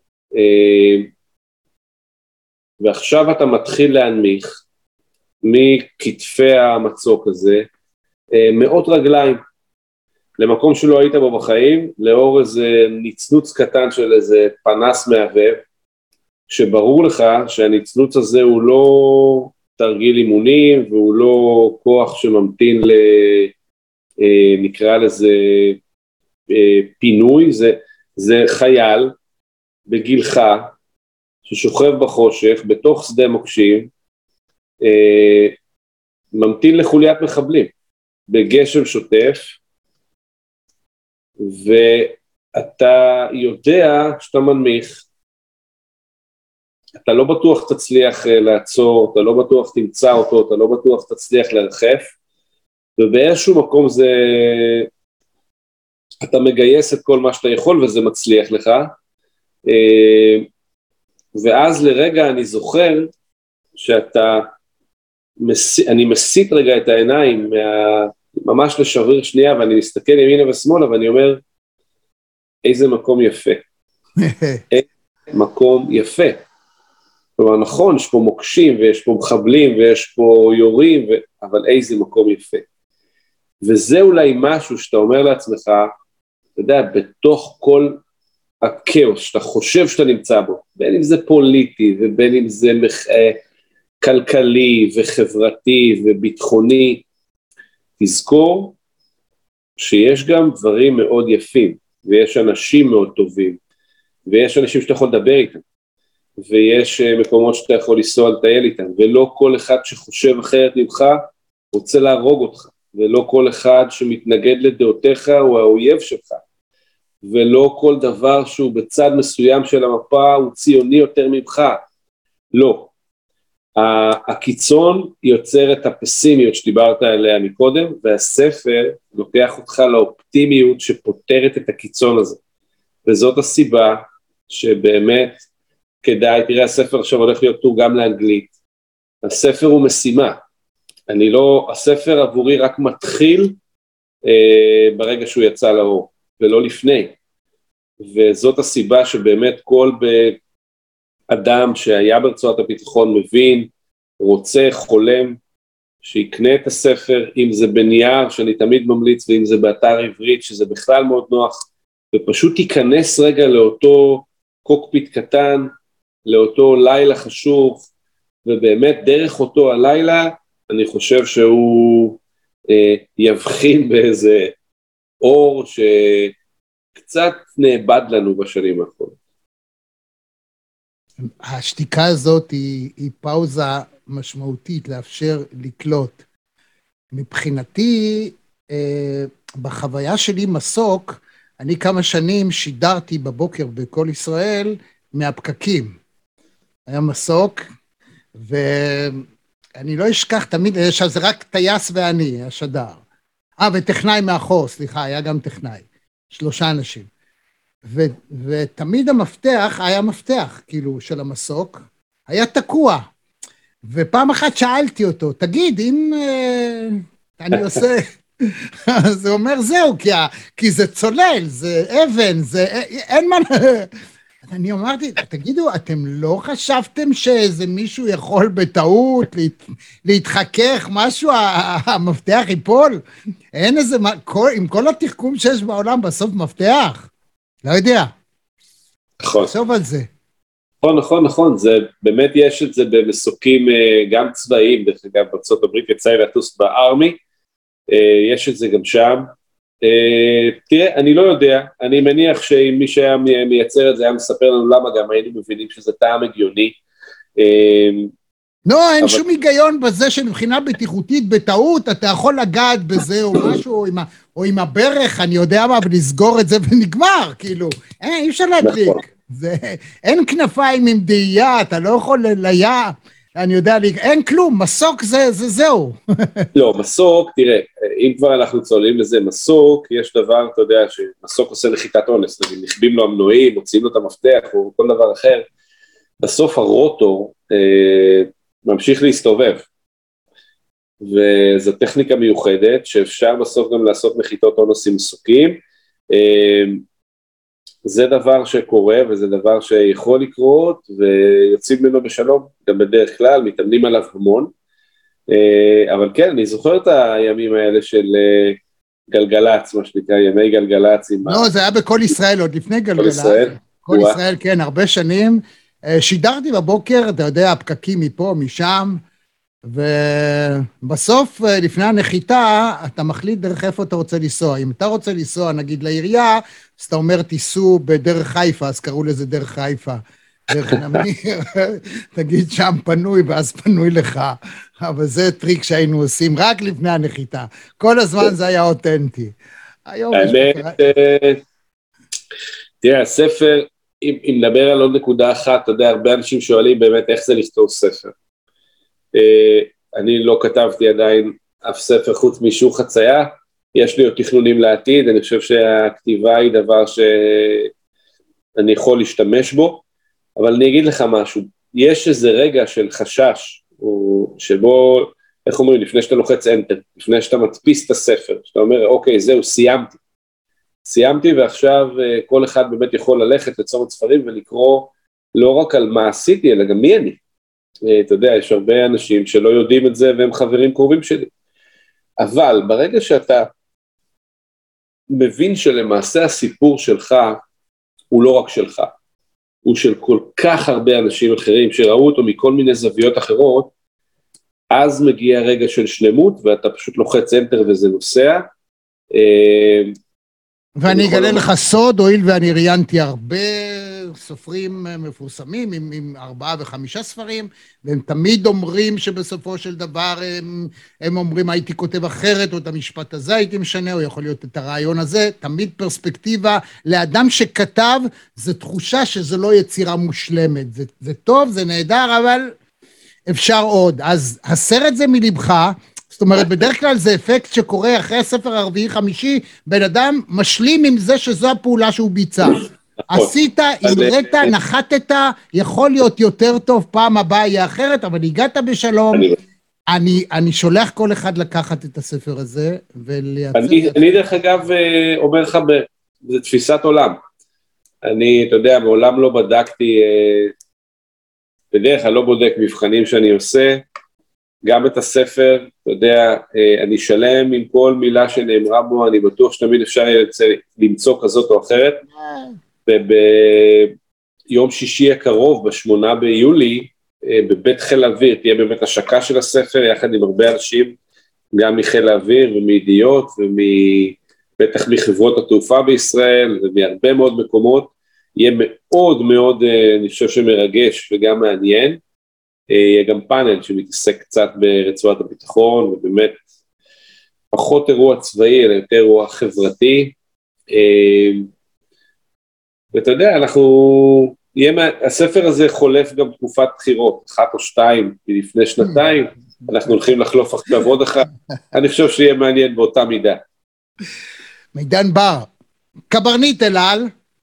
Speaker 7: ועכשיו אתה מתחיל להנמיך, מכתפי המצוק הזה, מאות רגליים, למקום שלא היית בו בחיים, לאור איזה ניצנוץ קטן של איזה פנס מעבב, שברור לך שהניצנוץ הזה הוא לא תרגיל אימונים, והוא לא כוח שממתין נקרא לזה פינוי, זה חייל בגילך, ששוכב בחושך, בתוך שדה מוקשים, ממתין לחוליית מחבלים, בגשם שוטף, ואתה יודע שאתה מנמיך, אתה לא בטוח תצליח לעצור, אתה לא בטוח תמצא אותו, אתה לא בטוח תצליח לרחף, ובאיזשהו מקום זה, אתה מגייס את כל מה שאתה יכול וזה מצליח לך, ואז לרגע אני זוכר שאתה, אני מסיט רגע את העיניים, ממש לשבריר שנייה, ואני מסתכל ימינה ושמאלה, ואני אומר, איזה מקום יפה. איזה מקום יפה. כלומר, נכון, יש פה מוקשים, ויש פה מחבלים, ויש פה יורים, אבל איזה מקום יפה. וזה אולי משהו שאתה אומר לעצמך, אתה יודע, בתוך כל הכאוס, שאתה חושב שאתה נמצא בו, בין אם זה פוליטי, ובין אם זה כלכלי, וחברתי, וביטחוני, תזכור שיש גם דברים מאוד יפים, ויש אנשים מאוד טובים, ויש אנשים שאתה יכול לדבר איתם, ויש מקומות שאתה יכול לנסוע לטייל איתם, ולא כל אחד שחושב אחרת ממך רוצה להרוג אותך, ולא כל אחד שמתנגד לדעותיך הוא האויב שלך, ולא כל דבר שהוא בצד מסוים של המפה הוא ציוני יותר ממך, לא. הקיצון יוצר את הפסימיות שדיברת עליה מקודם, והספר לוקח אותך לאופטימיות שפותרת את הקיצון הזה, וזאת הסיבה שבאמת כדאי, תראה הספר עכשיו הולך להיות תורגם לאנגלית, הספר הוא משימה, הספר עבורי רק מתחיל ברגע שהוא יצא לאור, ולא לפני, וזאת הסיבה שבאמת כל אדם שהיה ברצועת הביטחון מבין, רוצה, חולם, שיקנה את הספר, אם זה בנייר, שאני תמיד ממליץ, ואם זה באתר עברית, שזה בכלל מאוד נוח, ופשוט ייכנס רגע לאותו קוקפיט קטן, לאותו לילה חשוב, ובאמת דרך אותו הלילה, אני חושב שהוא יבחין באיזה אור שקצת נאבד לנו בשנים האחרונות.
Speaker 3: השתיקה הזאת היא פאוזה משמעותית לאפשר לקלוט. מבחינתי, בחוויה שלי מסוק, אני כמה שנים שידרתי בבוקר בכל ישראל מהפקקים. היה מסוק, ואני לא אשכח תמיד, זה רק טייס ואני, השדר. וטכנאי מאחור, סליחה, היה גם טכנאי. 3 אנשים. ותמיד המפתח היה מפתח, כאילו, של המסוק, היה תקוע. ופעם אחת שאלתי אותו, תגיד, אם אני עושה... אז הוא אומר, זהו, כי זה צולל, זה אבן, אין מה... אני אמרתי, תגידו, אתם לא חשבתם שאיזה מישהו יכול בטעות להתחכך, משהו, המפתח ייפול? אין איזה... עם כל התחכום שיש בעולם, בסוף מפתח? לא יודע.
Speaker 7: נכון.
Speaker 3: תחשוב על זה.
Speaker 7: נכון, זה באמת יש את זה במסוקים גם צבאיים, דרך אגב בארצות הברית יצא לטוס בארמי, יש את זה גם שם. תראה, אני לא יודע, אני מניח שאם מי שהיה מייצר את זה היה מספר לנו למה, גם היינו מבינים שזה טעם הגיוני.
Speaker 3: לא, אין שום היגיון בזה שמבחינה בטיחותית בטעות, אתה יכול לגעת בזה או משהו, או עם הברך, אני יודע מה, ולסגור את זה ונגמר, כאילו, אי אפשר להדליק. אין כנפיים עם דהייה, אתה לא יכול ליה, אני יודע, אין כלום, מסוק זהו.
Speaker 7: לא, מסוק, תראה, אם כבר אנחנו צוללים לזה, מסוק, יש דבר, אתה יודע, שמסוק עושה נחיתת אונס, נגיד, נכבים לו המנועים, מוציאים לו את המפתח, או כל דבר אחר, בסוף הרוטור ממשיך להסתובב, וזו טכניקה מיוחדת, שאפשר בסוף גם לעשות נחיתות אונס עם מסוקים, זה דבר שקורה, וזה דבר שיכול לקרות, ויוצאים ממנו בשלום, גם בדרך כלל, מתאמנים עליו המון, אבל כן, אני זוכר את הימים האלה של גלגלץ, מה שנקרא, ימי גלגלץ.
Speaker 3: לא, זה היה בכל ישראל, עוד לפני גלגלץ. כל ישראל, כן, הרבה שנים. שידרתי בבוקר, אתה יודע, הפקקים מפה, משם, ובסוף, לפני הנחיתה, אתה מחליט דרך איפה אתה רוצה לנסוע. אם אתה רוצה לנסוע, נגיד, לעירייה, אז אתה אומר, תיסעו בדרך חיפה, אז קראו לזה דרך חיפה. דרך נמיר, תגיד שם פנוי, ואז פנוי לך. אבל זה טריק שהיינו עושים רק לפני הנחיתה. כל הזמן זה היה אותנטי.
Speaker 7: האמת, תראה, הספר, אם נדבר על עוד נקודה אחת, אתה יודע, הרבה אנשים שואלים באמת איך זה לכתוב ספר. אני לא כתבתי עדיין אף ספר חוץ משור חצייה, יש לי עוד תכנונים לעתיד, אני חושב שהכתיבה היא דבר שאני יכול להשתמש בו, אבל אני אגיד לך משהו, יש איזה רגע של חשש, שבו, איך אומרים, לפני שאתה לוחץ Enter, לפני שאתה מדפיס את הספר, שאתה אומר, אוקיי, זהו, סיימתי, ועכשיו כל אחד באמת יכול ללכת לצומת ספרים ולקרוא לא רק על מה עשיתי, אלא גם מי אני. אתה יודע, יש הרבה אנשים שלא יודעים את זה, והם חברים קרובים שלי. אבל ברגע שאתה מבין שלמעשה הסיפור שלך, הוא לא רק שלך, הוא של כל כך הרבה אנשים אחרים, שראו אותו מכל מיני זוויות אחרות, אז מגיע רגע של שלמות, ואתה פשוט לוחץ Enter וזה נוסע,
Speaker 3: ואני אגלה לך סוד, הואיל ואני ראיינתי הרבה סופרים מפורסמים עם 4 ו5 ספרים, והם תמיד אומרים שבסופו של דבר הם אומרים הייתי כותב אחרת, או את המשפט הזה הייתי משנה, או יכול להיות את הרעיון הזה, תמיד פרספקטיבה לאדם שכתב, זו תחושה שזה לא יצירה מושלמת, זה טוב, זה נהדר, אבל אפשר עוד. אז הסרט זה מלבך, זאת אומרת, בדרך כלל זה אפקט שקורה אחרי הספר הרביעי חמישי, בן אדם משלים עם זה שזו הפעולה שהוא ביצע. עשית, הראת, נחתת, יכול להיות יותר טוב, פעם הבאה יהיה אחרת, אבל הגעת בשלום. אני שולח כל אחד לקחת את הספר הזה, ולייצר...
Speaker 7: אני דרך אגב אומר לך, זה תפיסת עולם. אני, אתה יודע, מעולם לא בדקתי, בדרך כלל לא בודק מבחנים שאני עושה, גם את הספר, אתה יודע, אני שלם עם כל מילה שנאמרה בו, אני בטוח שתמיד אפשר למצוא כזאת או אחרת, וביום שישי הקרוב, ב8 ביולי, בבית חיל האוויר, תהיה באמת השקה של הספר, יחד עם הרבה אנשים, גם מחיל האוויר ומידיעות, ובטח מחברות התעופה בישראל, ומהרבה מאוד מקומות, יהיה מאוד מאוד, אני חושב שמרגש וגם מעניין, יהיה גם פאנל שמתעסק קצת ברצועת הביטחון, ובאמת פחות אירוע צבאי, אלא יותר אירוע חברתי, ואתה יודע, הספר הזה חולף גם תקופת בחירות, 1 או 2 לפני שנתיים, אנחנו הולכים לחלוף עכשיו עוד אחת, אני חושב שיהיה מעניין באותה מידה.
Speaker 3: מידן בר, קברניט אלעל,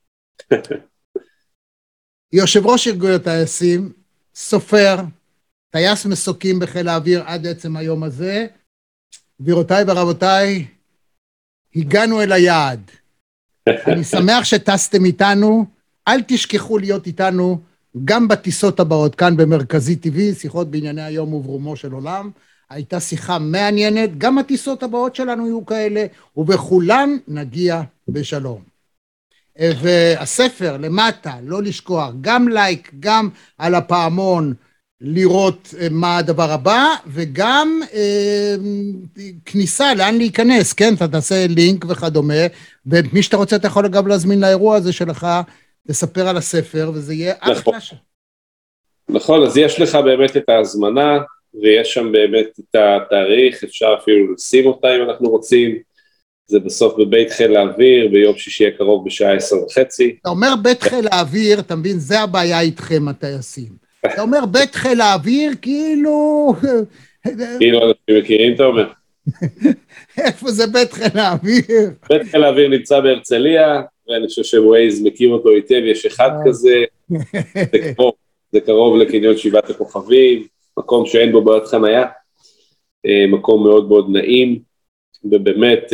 Speaker 3: יושב ראש ארגון הטייסים, סופר, טייס מסוקים בחיל האוויר עד עצם היום הזה, גבירותיי ורבותיי, הגענו אל היעד. אני שמח שטסתם איתנו, אל תשכחו להיות איתנו גם בטיסות הבאות, כאן במרכזי טבעי, שיחות בענייני היום וברומו של עולם, הייתה שיחה מעניינת, גם הטיסות הבאות שלנו יהיו כאלה, ובכולן נגיע בשלום. והספר למטה, לא לשכוח, גם לייק, גם על הפעמון, לראות מה הדבר הבא, וגם כניסה, לאן להיכנס, כן, אתה תעשה לינק וכדומה, ומי שאתה רוצה אתה יכול גם להזמין לאירוע הזה שלך, תספר על הספר, וזה יהיה אחלה.
Speaker 7: נכון, אז יש לך באמת את ההזמנה, ויש שם באמת את התאריך, אפשר אפילו לשים אותה אם אנחנו רוצים, זה בסוף בבית חיל האוויר, ביום שישי הקרוב בשעה 10:30.
Speaker 3: אתה אומר בית חיל האוויר, אתה מבין, זה הבעיה איתכם הטייסים. אתה אומר בית חיל האוויר, כאילו...
Speaker 7: כאילו אנשים מכירים, אתה אומר.
Speaker 3: איפה זה בית חיל האוויר?
Speaker 7: בית חיל האוויר נמצא בהרצליה, ואני חושב שווייז מכיר אותו היטב, יש אחד כזה, זה קרוב לקניון 7 הכוכבים, מקום שאין בו בעיות חנייה, מקום מאוד מאוד נעים, ובאמת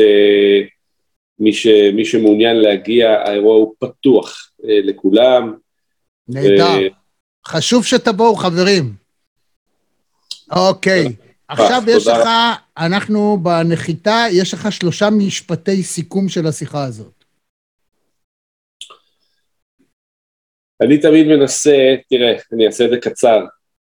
Speaker 7: מי שמעוניין להגיע, האירוע הוא פתוח לכולם.
Speaker 3: נהדר. חשוב שתבואו, חברים. אוקיי, עכשיו יש לך, אנחנו בנחיתה, יש לך 3 משפטי סיכום של השיחה הזאת.
Speaker 7: אני תמיד מנסה, תראה, אני אעשה את זה קצר,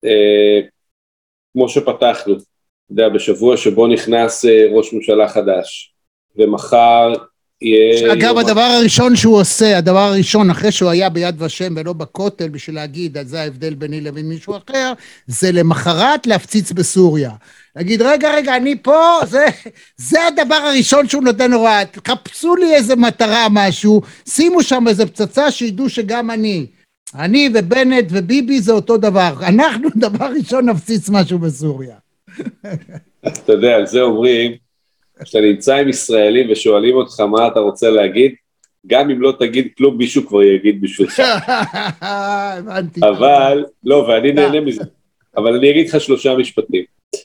Speaker 7: כמו שפתחנו, אתה יודע, בשבוע שבו נכנס ראש ממשלה חדש, ומחר יהיה...
Speaker 3: אגב, הדבר הראשון שהוא עושה, הדבר הראשון, אחרי שהוא היה ביד ושם ולא בכותל, בשביל להגיד, אז זה ההבדל ביני לבין מישהו אחר, זה למחרת להפציץ בסוריה. להגיד, רגע, אני פה, זה הדבר הראשון שהוא נותן הוראה, חפשו לי איזה מטרה, משהו, שימו שם איזה פצצה שידעו שגם אני ובנט וביבי זה אותו דבר, אנחנו דבר ראשון נפציץ משהו בסוריה.
Speaker 7: אתה יודע, על זה אומרים, כשאתה נמצא עם ישראלים ושואלים אותך מה אתה רוצה להגיד, גם אם לא תגיד כלום, מישהו כבר יגיד בשבילך.
Speaker 3: הבנתי.
Speaker 7: אבל, לא, ואני נהנה מזה, אבל אני אגיד לך 3 משפטים.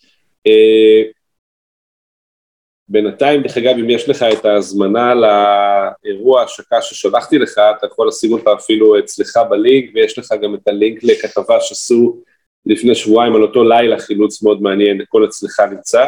Speaker 7: בינתיים, דרך אגב, אם יש לך את ההזמנה לאירוע השקה ששלחתי לך, אתה יכול לשים אותה אפילו אצלך בלינק, ויש לך גם את הלינק לכתבה שעשו לפני שבועיים על אותו לילה, חילוץ מאוד מעניין, הכל אצלך נמצא.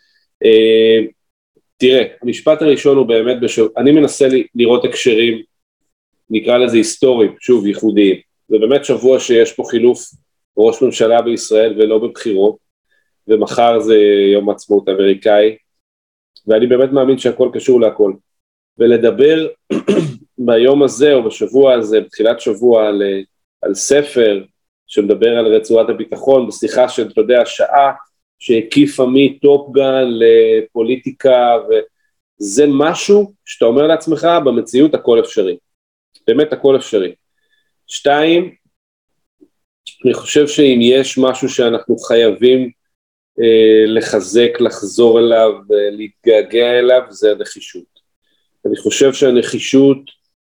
Speaker 7: תראה, המשפט הראשון הוא באמת, אני מנסה לראות הקשרים, נקרא לזה היסטוריים, שוב, ייחודיים. זה באמת שבוע שיש פה חילוף ראש ממשלה בישראל ולא בבחירות, ומחר זה יום העצמאות האמריקאי, ואני באמת מאמין שהכל קשור להכל. ולדבר ביום הזה או בשבוע הזה, בתחילת שבוע, על ספר שמדבר על רצועת הביטחון, בשיחה של, אתה יודע, שעה שהקיפה מטופגן לפוליטיקה, וזה משהו שאתה אומר לעצמך, במציאות הכל אפשרי. באמת הכל אפשרי. 2, אני חושב שאם יש משהו שאנחנו חייבים לחזק, לחזור אליו, להתגעגע אליו, זה הנחישות. אני חושב שהנחישות,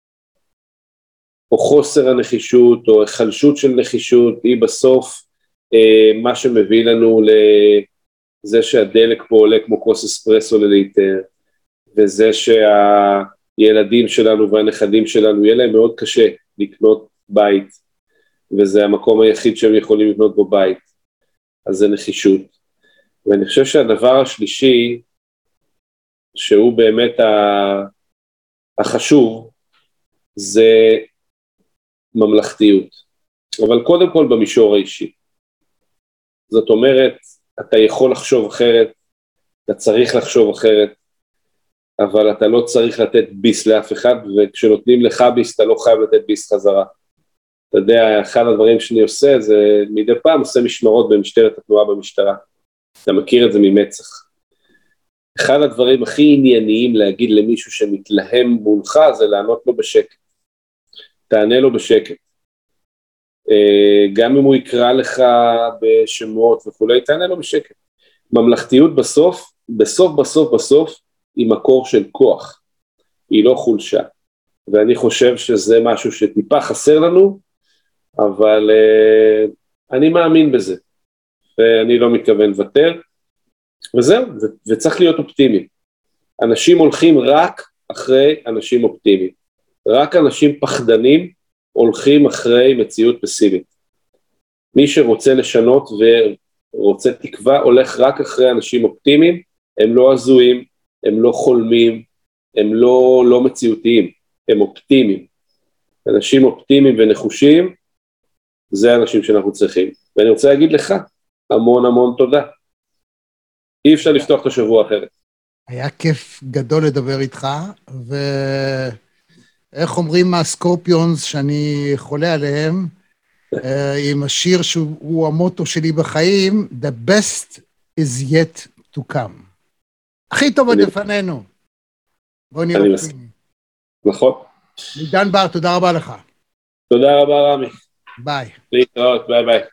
Speaker 7: או חוסר הנחישות, או החלשות של נחישות, היא בסוף מה שמביא לנו לזה שהדלק פה עולה כמו כוס אספרסו לליטר, וזה שהילדים שלנו והנכדים שלנו, יהיה להם מאוד קשה לקנות בית, וזה המקום היחיד שהם יכולים לבנות בו בית, אז זה נחישות. ואני חושב שהדבר השלישי, שהוא באמת החשוב, זה ממלכתיות. אבל קודם כל במישור האישי. זאת אומרת, אתה יכול לחשוב אחרת, אתה צריך לחשוב אחרת, אבל אתה לא צריך לתת ביס לאף אחד, וכשנותנים לך ביס, אתה לא חייב לתת ביס חזרה. אתה יודע, אחד הדברים שאני עושה, זה מדי פעם עושה משמרות במשטרת התנועה במשטרה. אתה מכיר את זה ממצח. אחד הדברים הכי ענייניים להגיד למישהו שמתלהם מולך, זה לענות לו בשקט. תענה לו בשקט. גם אם הוא יקרא לך בשמות וכולי, תענה לו בשקט. ממלכתיות בסוף, היא מקור של כוח. היא לא חולשה. ואני חושב שזה משהו שטיפה חסר לנו, אבל אני מאמין בזה. ואני לא מתכוון לוותר. וזהו, וצריך להיות אופטימי. אנשים הולכים רק אחרי אנשים אופטימיים. רק אנשים פחדנים הולכים אחרי מציאות פסימית. מי שרוצה לשנות ורוצה תקווה, הולך רק אחרי אנשים אופטימיים, הם לא הזויים, הם לא חולמים, הם לא מציאותיים, הם אופטימיים. אנשים אופטימיים ונחושים, זה האנשים שאנחנו צריכים. ואני רוצה להגיד לך, המון תודה. אי אפשר לפתוח את השבוע אחרת.
Speaker 3: היה כיף גדול לדבר איתך, ואיך אומרים מהסקורפיונס שאני חולה עליהם, עם השיר שהוא המוטו שלי בחיים, The best is yet to come. הכי טוב עוד לפנינו. בוא נראה אופטימי.
Speaker 7: נכון.
Speaker 3: עידן בר, תודה רבה לך.
Speaker 7: תודה רבה רמי.
Speaker 3: ביי.
Speaker 7: להתראות, ביי.